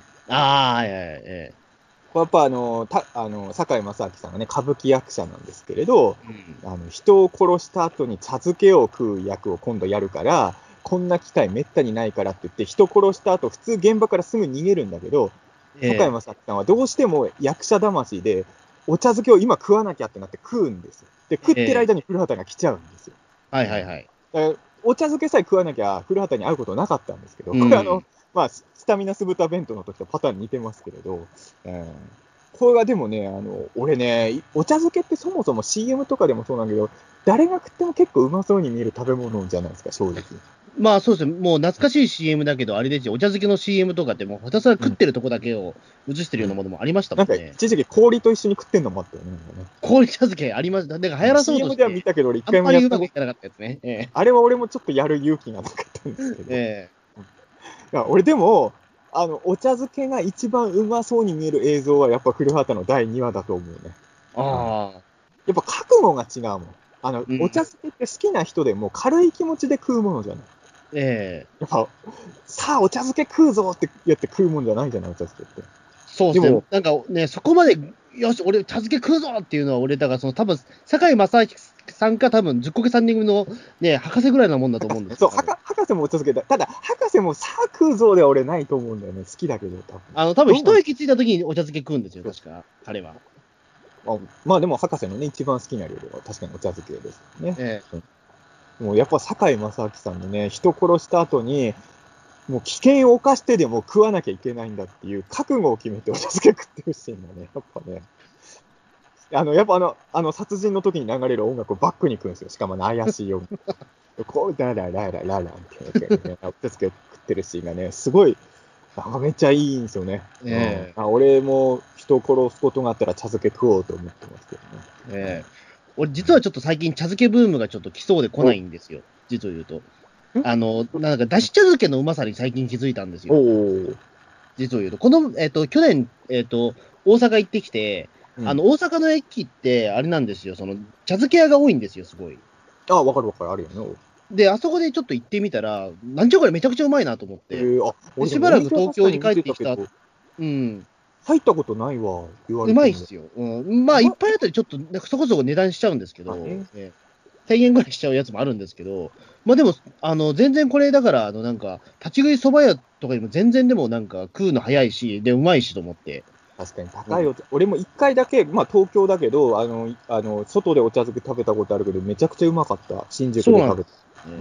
これやっぱ堺正明さんがね、歌舞伎役者なんですけれど、人を殺した後に茶漬けを食う役を今度やるから、こんな機会めったにないからって言って、人殺した後、普通現場からすぐ逃げるんだけど、堺正明さんはどうしても役者魂で、お茶漬けを今食わなきゃってなって食うんですよ。で、食ってる間に古畑が来ちゃうんですよ。お茶漬けさえ食わなきゃ古畑に会うことなかったんですけど、これまあ、スタミナ酢豚弁当の時とパターン似てますけれど、これがでもね、俺ね、お茶漬けってそもそも CM とかでもそうなんだけど、誰が食っても結構うまそうに見える食べ物じゃないですか、正直。 まあそうですね、もう懐かしい CM だけど、あれですよ、お茶漬けの CM とかってもう、ひたすら食ってるとこだけを映してるようなものもありましたもんね。 なんか一時期氷と一緒に食ってんのもあったよね。 氷茶漬けありました。だから流行らそうとして。 CM では見たけど、俺一回もやっぱりうまくいかなかったやつね。 あれは俺もちょっとやる勇気がなかったんですけど。いや俺でも、お茶漬けが一番うまそうに見える映像は、やっぱ古畑の第2話だと思うね。やっぱ覚悟が違うもん。お茶漬けって好きな人でも軽い気持ちで食うものじゃない。やっぱ、さあお茶漬け食うぞってやって食うもんじゃないじゃない、お茶漬けって。 そうですね。なんかね、そこまで、よし、俺、茶漬け食うぞっていうのは、俺、だから、多分堺正明さんか、多分10個3人組の、ね、博士ぐらいなもんだと思うんですよ。 そう、博士もお茶漬けだ。ただ、博士もさあ食うぞでは俺ないと思うんだよね。好きだけど、 多分一息ついた時にお茶漬け食うんですよ、確か、彼は。 まあでも、博士のね、一番好きな料理は確かにお茶漬けですね。もうやっぱ堺正明さんのね、人殺した後に、もう危険を冒してでも食わなきゃいけないんだっていう覚悟を決めてお茶漬け食ってるシーンがね、やっぱね、やっぱ殺人の時に流れる音楽をバックに行くんですよ。しかも怪しい音楽。こう、ララララララってやつね、お茶漬け食ってるシーンがね、すごい、なんかめっちゃいいんですよね。俺も人を殺すことがあったら茶漬け食おうと思ってますけどね。 俺、実はちょっと最近茶漬けブームがちょっと来そうで来ないんですよ。実を言うと。なんか、だし茶漬けのうまさに最近気づいたんですよ。実を言うと。去年、大阪行ってきて、大阪の駅って、あれなんですよ、茶漬け屋が多いんですよ、すごい。 わかる、あるよね。 で、あそこでちょっと行ってみたら、なんちゃこれめちゃくちゃうまいなと思って。しばらく東京に帰ってきた。 入ったことないわ、 言われて。うまいっすよ。まあ、いっぱいあったりちょっと、そこそこ値段しちゃうんですけど、1000円ぐらいしちゃうやつもあるんですけど、まあでも、全然これ、だから、なんか、立ち食い蕎麦屋とかにも全然でもなんか食うの早いし、で、うまいしと思って。 確かに高いよ。俺も1回だけ、まあ東京だけど、外でお茶漬け食べたことあるけど、めちゃくちゃうまかった。新宿で食べた。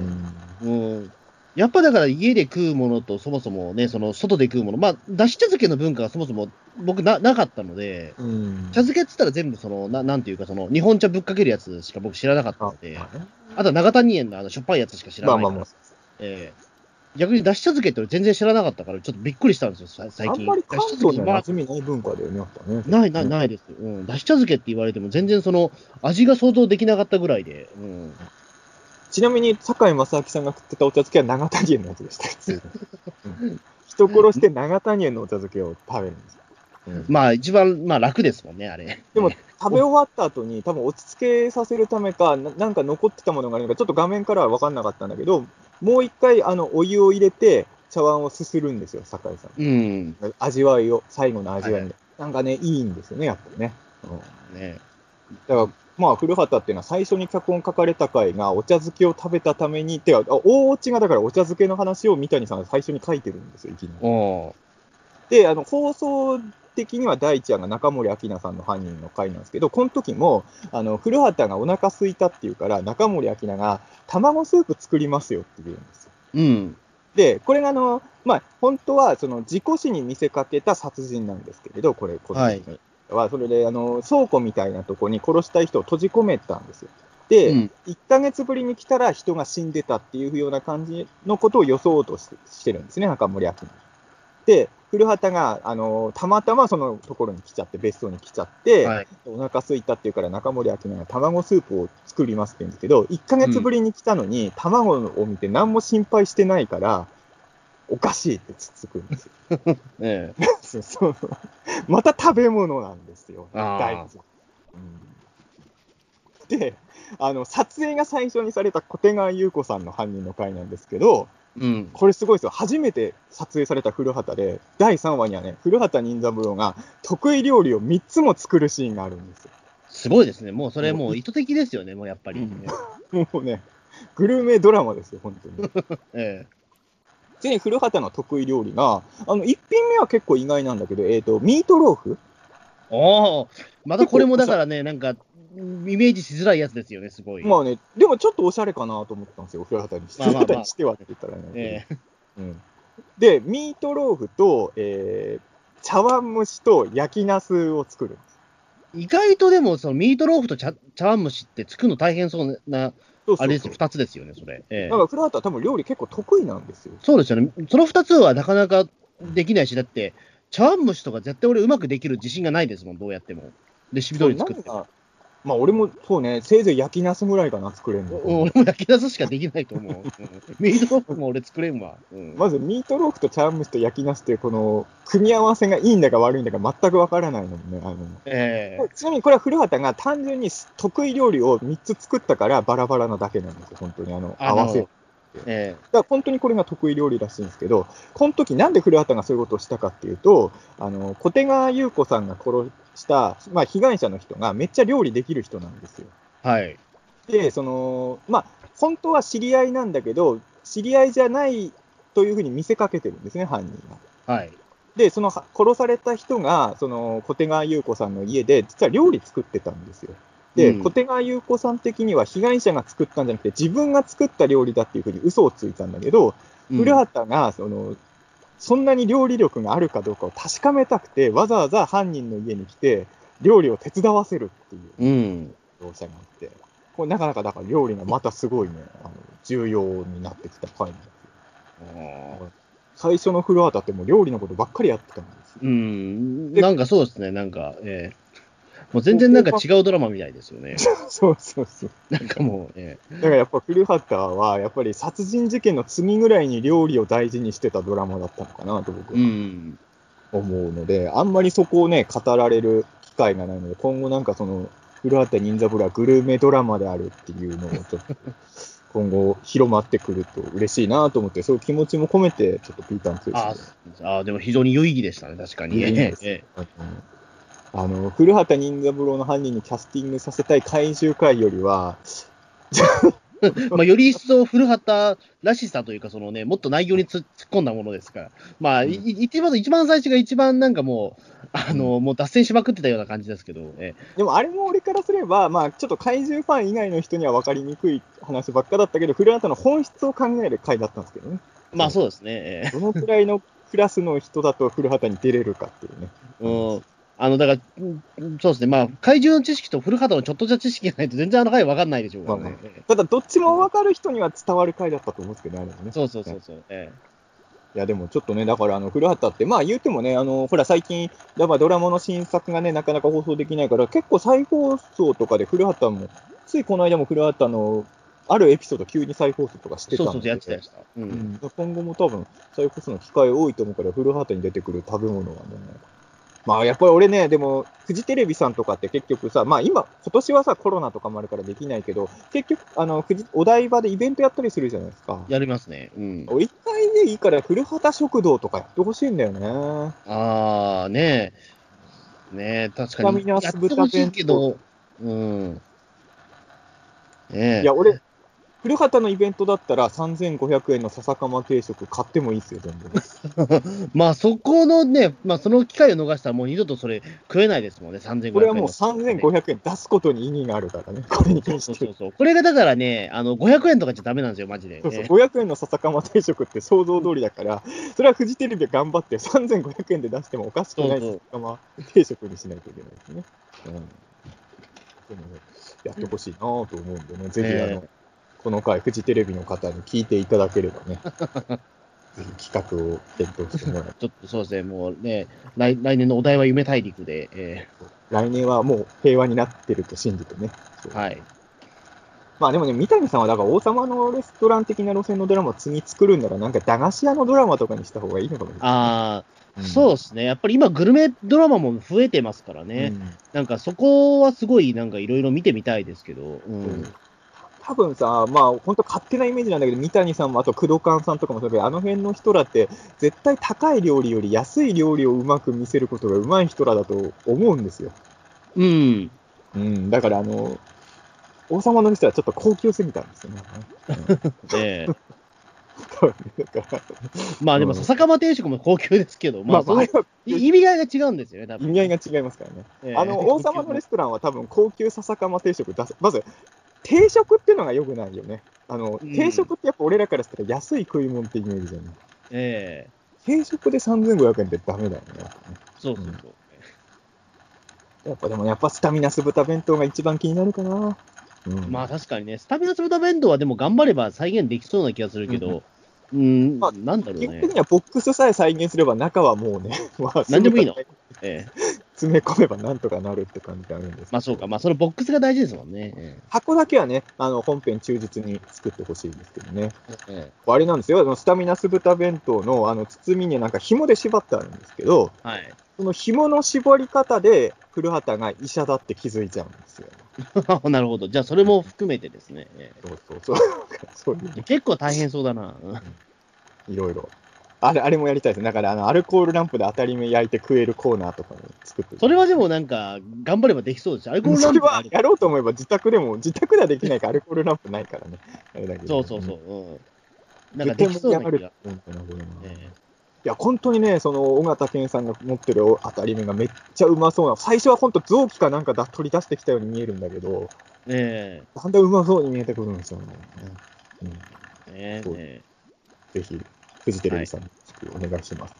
やっぱだから家で食うものとそもそもね、外で食うもの、まあ、だし茶漬けの文化がそもそも僕なかったので、茶漬けって言ったら全部なんていうか日本茶ぶっかけるやつしか僕知らなかったので、あとは長谷園のしょっぱいやつしか知らないから、逆にだし茶漬けって全然知らなかったから、ちょっとびっくりしたんですよ、最近。 あんまり関東には馴染みない文化だよね、やっぱね。 ないです。だし茶漬けって言われても、全然味が想像できなかったぐらいで。 ちなみに、堺正明さんが食ってたお茶漬けは長谷園のやつでした、普通に。人殺して長谷園のお茶漬けを食べるんですよ。 まあ、一番、まあ、楽ですもんね、あれ。 でも、食べ終わった後に、多分落ち着けさせるためか、なんか残ってたものがあるのか、ちょっと画面からは分かんなかったんだけど、もう一回、お湯を入れて、茶碗をすするんですよ、堺さん。味わいを、最後の味わいに。なんかね、いいんですよね、やっぱりね。だから、まあ、古畑っていうのは最初に脚本書かれた回が、お茶漬けを食べたために、大落ちがだからお茶漬けの話を三谷さんが最初に書いてるんですよ、いきなり。で、放送的には第一話が中森明菜さんの犯人の回なんですけど、この時も、古畑がお腹空いたっていうから、中森明菜が卵スープ作りますよって言うんですよ。で、これがまあ、本当は、事故死に見せかけた殺人なんですけれど、この時は、それで、倉庫みたいなところに殺したい人を閉じ込めたんですよ。で、1ヶ月ぶりに来たら人が死んでたっていうような感じのことを装おうとしてるんですね、中森明菜。 で、古畑が、たまたまそのところに来ちゃって、別荘に来ちゃって、はい、お腹空いたっていうから中森明菜が卵スープを作りますって言うんですけど、1ヶ月ぶりに来たのに、卵を見て何も心配してないから、おかしいってつつくんですよ。そうまた食べ物なんですよ、大事。で、撮影が最初にされた小手川優子さんの犯人の回なんですけど、これすごいですよ。初めて撮影された古畑で、第3話にはね、古畑任三郎が得意料理を3つも作るシーンがあるんですよ。 すごいですね。もうそれもう意図的ですよね、もうやっぱり。 もうね、グルメドラマですよ、本当に。ちなみに古畑の得意料理が、1品目は結構意外なんだけど、ミートローフ。 またこれもだからね、なんか、イメージしづらいやつですよね、すごい。 まあね、でもちょっとおしゃれかなと思ったんですよ、古畑にしてはって言ったらね。で、ミートローフと、茶碗蒸しと焼きナスを作るんです。 意外とでも、そのミートローフと茶碗蒸しって作るの大変そうな、あれですよ、2つですよね、それ。 だから古畑は多分料理結構得意なんですよ。 そうですよね。その2つはなかなかできないし、だって、茶碗蒸しとか絶対俺うまくできる自信がないですもん、どうやっても。レシピ通り作って。 まあ俺もそうね、せいぜい焼きナスぐらいかな、作れんの。 俺も焼きナスしかできないと思う。ミートローフも俺作れんわ。 まずミートローフと茶碗蒸しと焼きナスっていうこの組み合わせがいいんだか悪いんだか全くわからないのね。ちなみにこれは古畑が単純に得意料理を3つ作ったからバラバラなだけなんですよ、本当に合わせる。だから本当にこれが得意料理らしいんですけど、この時なんで古畑がそういうことをしたかっていうと、小手川優子さんが殺した、まあ、被害者の人がめっちゃ料理できる人なんですよ。 はい。 で、まあ、本当は知り合いなんだけど、知り合いじゃないというふうに見せかけてるんですね、犯人が。 はい。 で、その殺された人が、小手川優子さんの家で、実は料理作ってたんですよ。で、小手川優子さん的には被害者が作ったんじゃなくて、自分が作った料理だっていうふうに嘘をついたんだけど、古畑が、そんなに料理力があるかどうかを確かめたくて、わざわざ犯人の家に来て、料理を手伝わせるっていう描写があって、これなかなかだから料理がまたすごいね、重要になってきた回なんですよ。最初の古畑ってもう料理のことばっかりやってたんですよ。 なんかそうですね、なんか、もう全然なんか違うドラマみたいですよね。 そう。 なんかもう、 だからやっぱ古畑は、やっぱり殺人事件の次ぐらいに料理を大事にしてたドラマだったのかなと僕は思うので、あんまりそこをね、語られる機会がないので、今後なんか古畑任三郎はグルメドラマであるっていうのをちょっと、今後広まってくると嬉しいなと思って、そういう気持ちも込めて、ちょっとピーターンツーでも非常に有意義でしたね、確かに。 古畑任三郎の犯人にキャスティングさせたい怪獣会よりは、 まあより一層古畑らしさというか、もっと内容に突っ込んだものですから、まあ、一番最初が一番なんかもう、もう脱線しまくってたような感じですけど、 でもあれも俺からすれば、まあちょっと怪獣ファン以外の人には分かりにくい話ばっかだったけど、古畑の本質を考える回だったんですけどね。 まあそうですね。 どのくらいのクラスの人だと古畑に出れるかっていうね。 だから、そうですね、まあ、怪獣の知識と古畑のちょっとした知識がないと全然回分かんないでしょうからね。 ただ、どっちも分かる人には伝わる回だったと思うんですけどね、あれね。 そう。 いや、でもちょっとね、だから古畑って、まあ言うてもね、ほら最近、ドラマの新作がね、なかなか放送できないから、結構再放送とかで古畑も、ついこの間も古畑の、あるエピソード急に再放送とかしてたんで。 そう、やってた。 今後も多分、再放送の機会多いと思うから、古畑に出てくる食べ物はね、まあやっぱり俺ね、でも、フジテレビさんとかって結局さ、まあ今年はさ、コロナとかもあるからできないけど、結局、お台場でイベントやったりするじゃないですか。 やりますね。 一回でいいから、古畑食堂とかやってほしいんだよね。 ねえ、確かに。やってほしいけど、 いや、俺、古畑のイベントだったら3500円の笹かま定食買ってもいいですよ、全然。 まあそこのね、まあその機会を逃したらもう二度とそれ食えないですもんね、3500円。 これはもう3500円出すことに意味があるからね、これに関して。 そう。これがだからね、500円とかじゃダメなんですよ、マジで。 そう、500円の笹かま定食って想像通りだから、それはフジテレビが頑張って3500円で出してもおかしくない笹かま定食にしないといけないですね。でもね、やってほしいなと思うんでね、ぜひこの回、フジテレビの方に聞いていただければね。 ぜひ企画を検討してもらう。 ちょっとそうですね、もうね、来年のお題は夢大陸で、 来年はもう平和になってると信じてね。 はい。 まあでもね、三谷さんはだから王様のレストラン的な路線のドラマを次作るんなら、なんか駄菓子屋のドラマとかにした方がいいのかもしれない、ね。 ああ、そうですね。やっぱり今グルメドラマも増えてますからね。なんかそこはすごいなんかいろいろ見てみたいですけど。 多分さ、まあ本当勝手なイメージなんだけど、三谷さんもあと工藤勘さんとかもそうだけど、あの辺の人らって絶対高い料理より安い料理をうまく見せることがうまい人らだと思うんですよ。だから王様のレストランはちょっと高級すぎたんですよね。 まあでも笹かま定食も高級ですけど、まあ意味合いが違うんですよね、多分。 意味合いが違いますからね。王様のレストランは多分高級笹かま定食出す。まず定食っていうのが良くないよね。定食ってやっぱ俺らからしたら安い食い物ってイメージじゃない。定食で3500円ってダメだよね。 そう。 やっぱスタミナ酢豚弁当が一番気になるかな。 まあ確かにね、スタミナ酢豚弁当はでも頑張れば再現できそうな気がするけど、なんだろうね。 基本的にはボックスさえ再現すれば中はもうね、 何でもいいの。 詰め込めばなんとかなるって感じがあるんです。 まあそうか、まあそのボックスが大事ですもんね。 箱だけはね、本編忠実に作ってほしいんですけどね。あれなんですよ、スタミナ酢豚弁当の包みになんか紐で縛ってあるんですけど、その紐の絞り方で古畑が医者だって気づいちゃうんですよ。 なるほど。じゃあそれも含めてですね。 そう結構大変そうだな。 いろいろ。あれもやりたいです。だからアルコールランプで当たり目焼いて食えるコーナーとかも作って。 それはでもなんか頑張ればできそうです。アルコールランプそれはやろうと思えば自宅ではできないから、アルコールランプないからね。あれだけど、 そう。なんかできそうな気が。 いや、本当にね、その、尾形健さんが持ってる当たり目がめっちゃうまそうな。最初は本当臓器かなんか取り出してきたように見えるんだけど、だんだんうまそうに見えてくるんですよね。ぜひ、フジテレビさんにお願いします。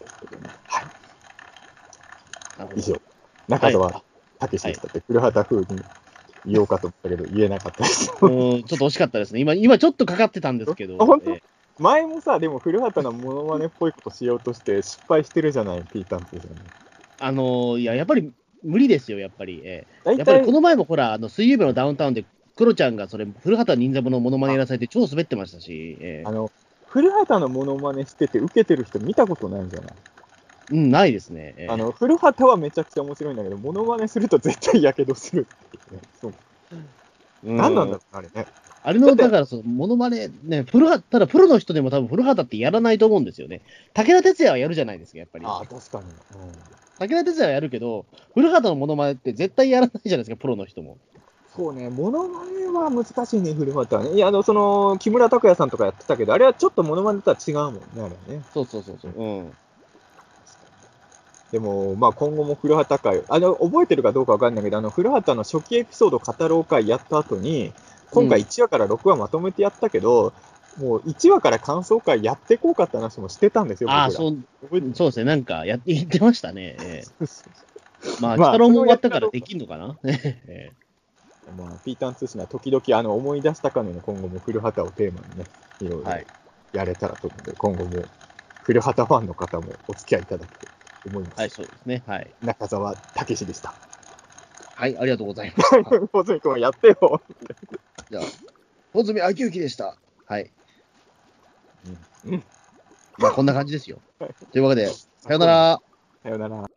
以上、中澤武史でしたって、古畑風に言おうかと思ったけど、言えなかったです。 ちょっと惜しかったですね。今ちょっとかかってたんですけど。 本当前もさ、でも古畑のモノマネっぽいことしようとして失敗してるじゃない、ピーターンってじゃいや、やっぱり無理ですよ、やっぱり。やっぱりこの前もほら、水曜日のダウンタウンで、クロちゃんが古畑任三郎のモノマネやらされて超滑ってましたし。 古畑のモノマネしてて受けてる人見たことないんじゃない？ ないですね。 古畑はめちゃくちゃ面白いんだけど、モノマネすると絶対やけどするっていうね。何なんだろう、あれね。 あれの、だからその、モノマネ、ね、ただプロの人でも多分古畑ってやらないと思うんですよね。武田鉄矢はやるじゃないですか、やっぱり。 ああ、確かに。 武田鉄矢はやるけど、古畑のモノマネって絶対やらないじゃないですか、プロの人も。 そうね、モノマネは難しいね、古畑はね。いや、木村拓哉さんとかやってたけど、あれはちょっとモノマネとは違うもんね、あれね。 そう。 でも、まあ今後も古畑会、覚えてるかどうかわかんないけど、古畑の初期エピソード語ろう会やった後に、今回1話から6話まとめてやったけど、もう1話から感想会やっていこうかって話もしてたんですよ、 そうですね、なんか言ってましたね。まあ、鬼太郎も終わったからできんのかなまあ、ピーターン通信は時々思い出したかのように今後も古畑をテーマにね、いろいろやれたらと思うので、今後も古畑ファンの方もお付き合いいただければと思います。 はい、そうですね。はい。 中澤武史でした。 はい、ありがとうございます。 穂積君やってよ。 じゃあ、穂積昭之でした。はい。まあ、こんな感じですよ。というわけで、さよなら。 さよなら。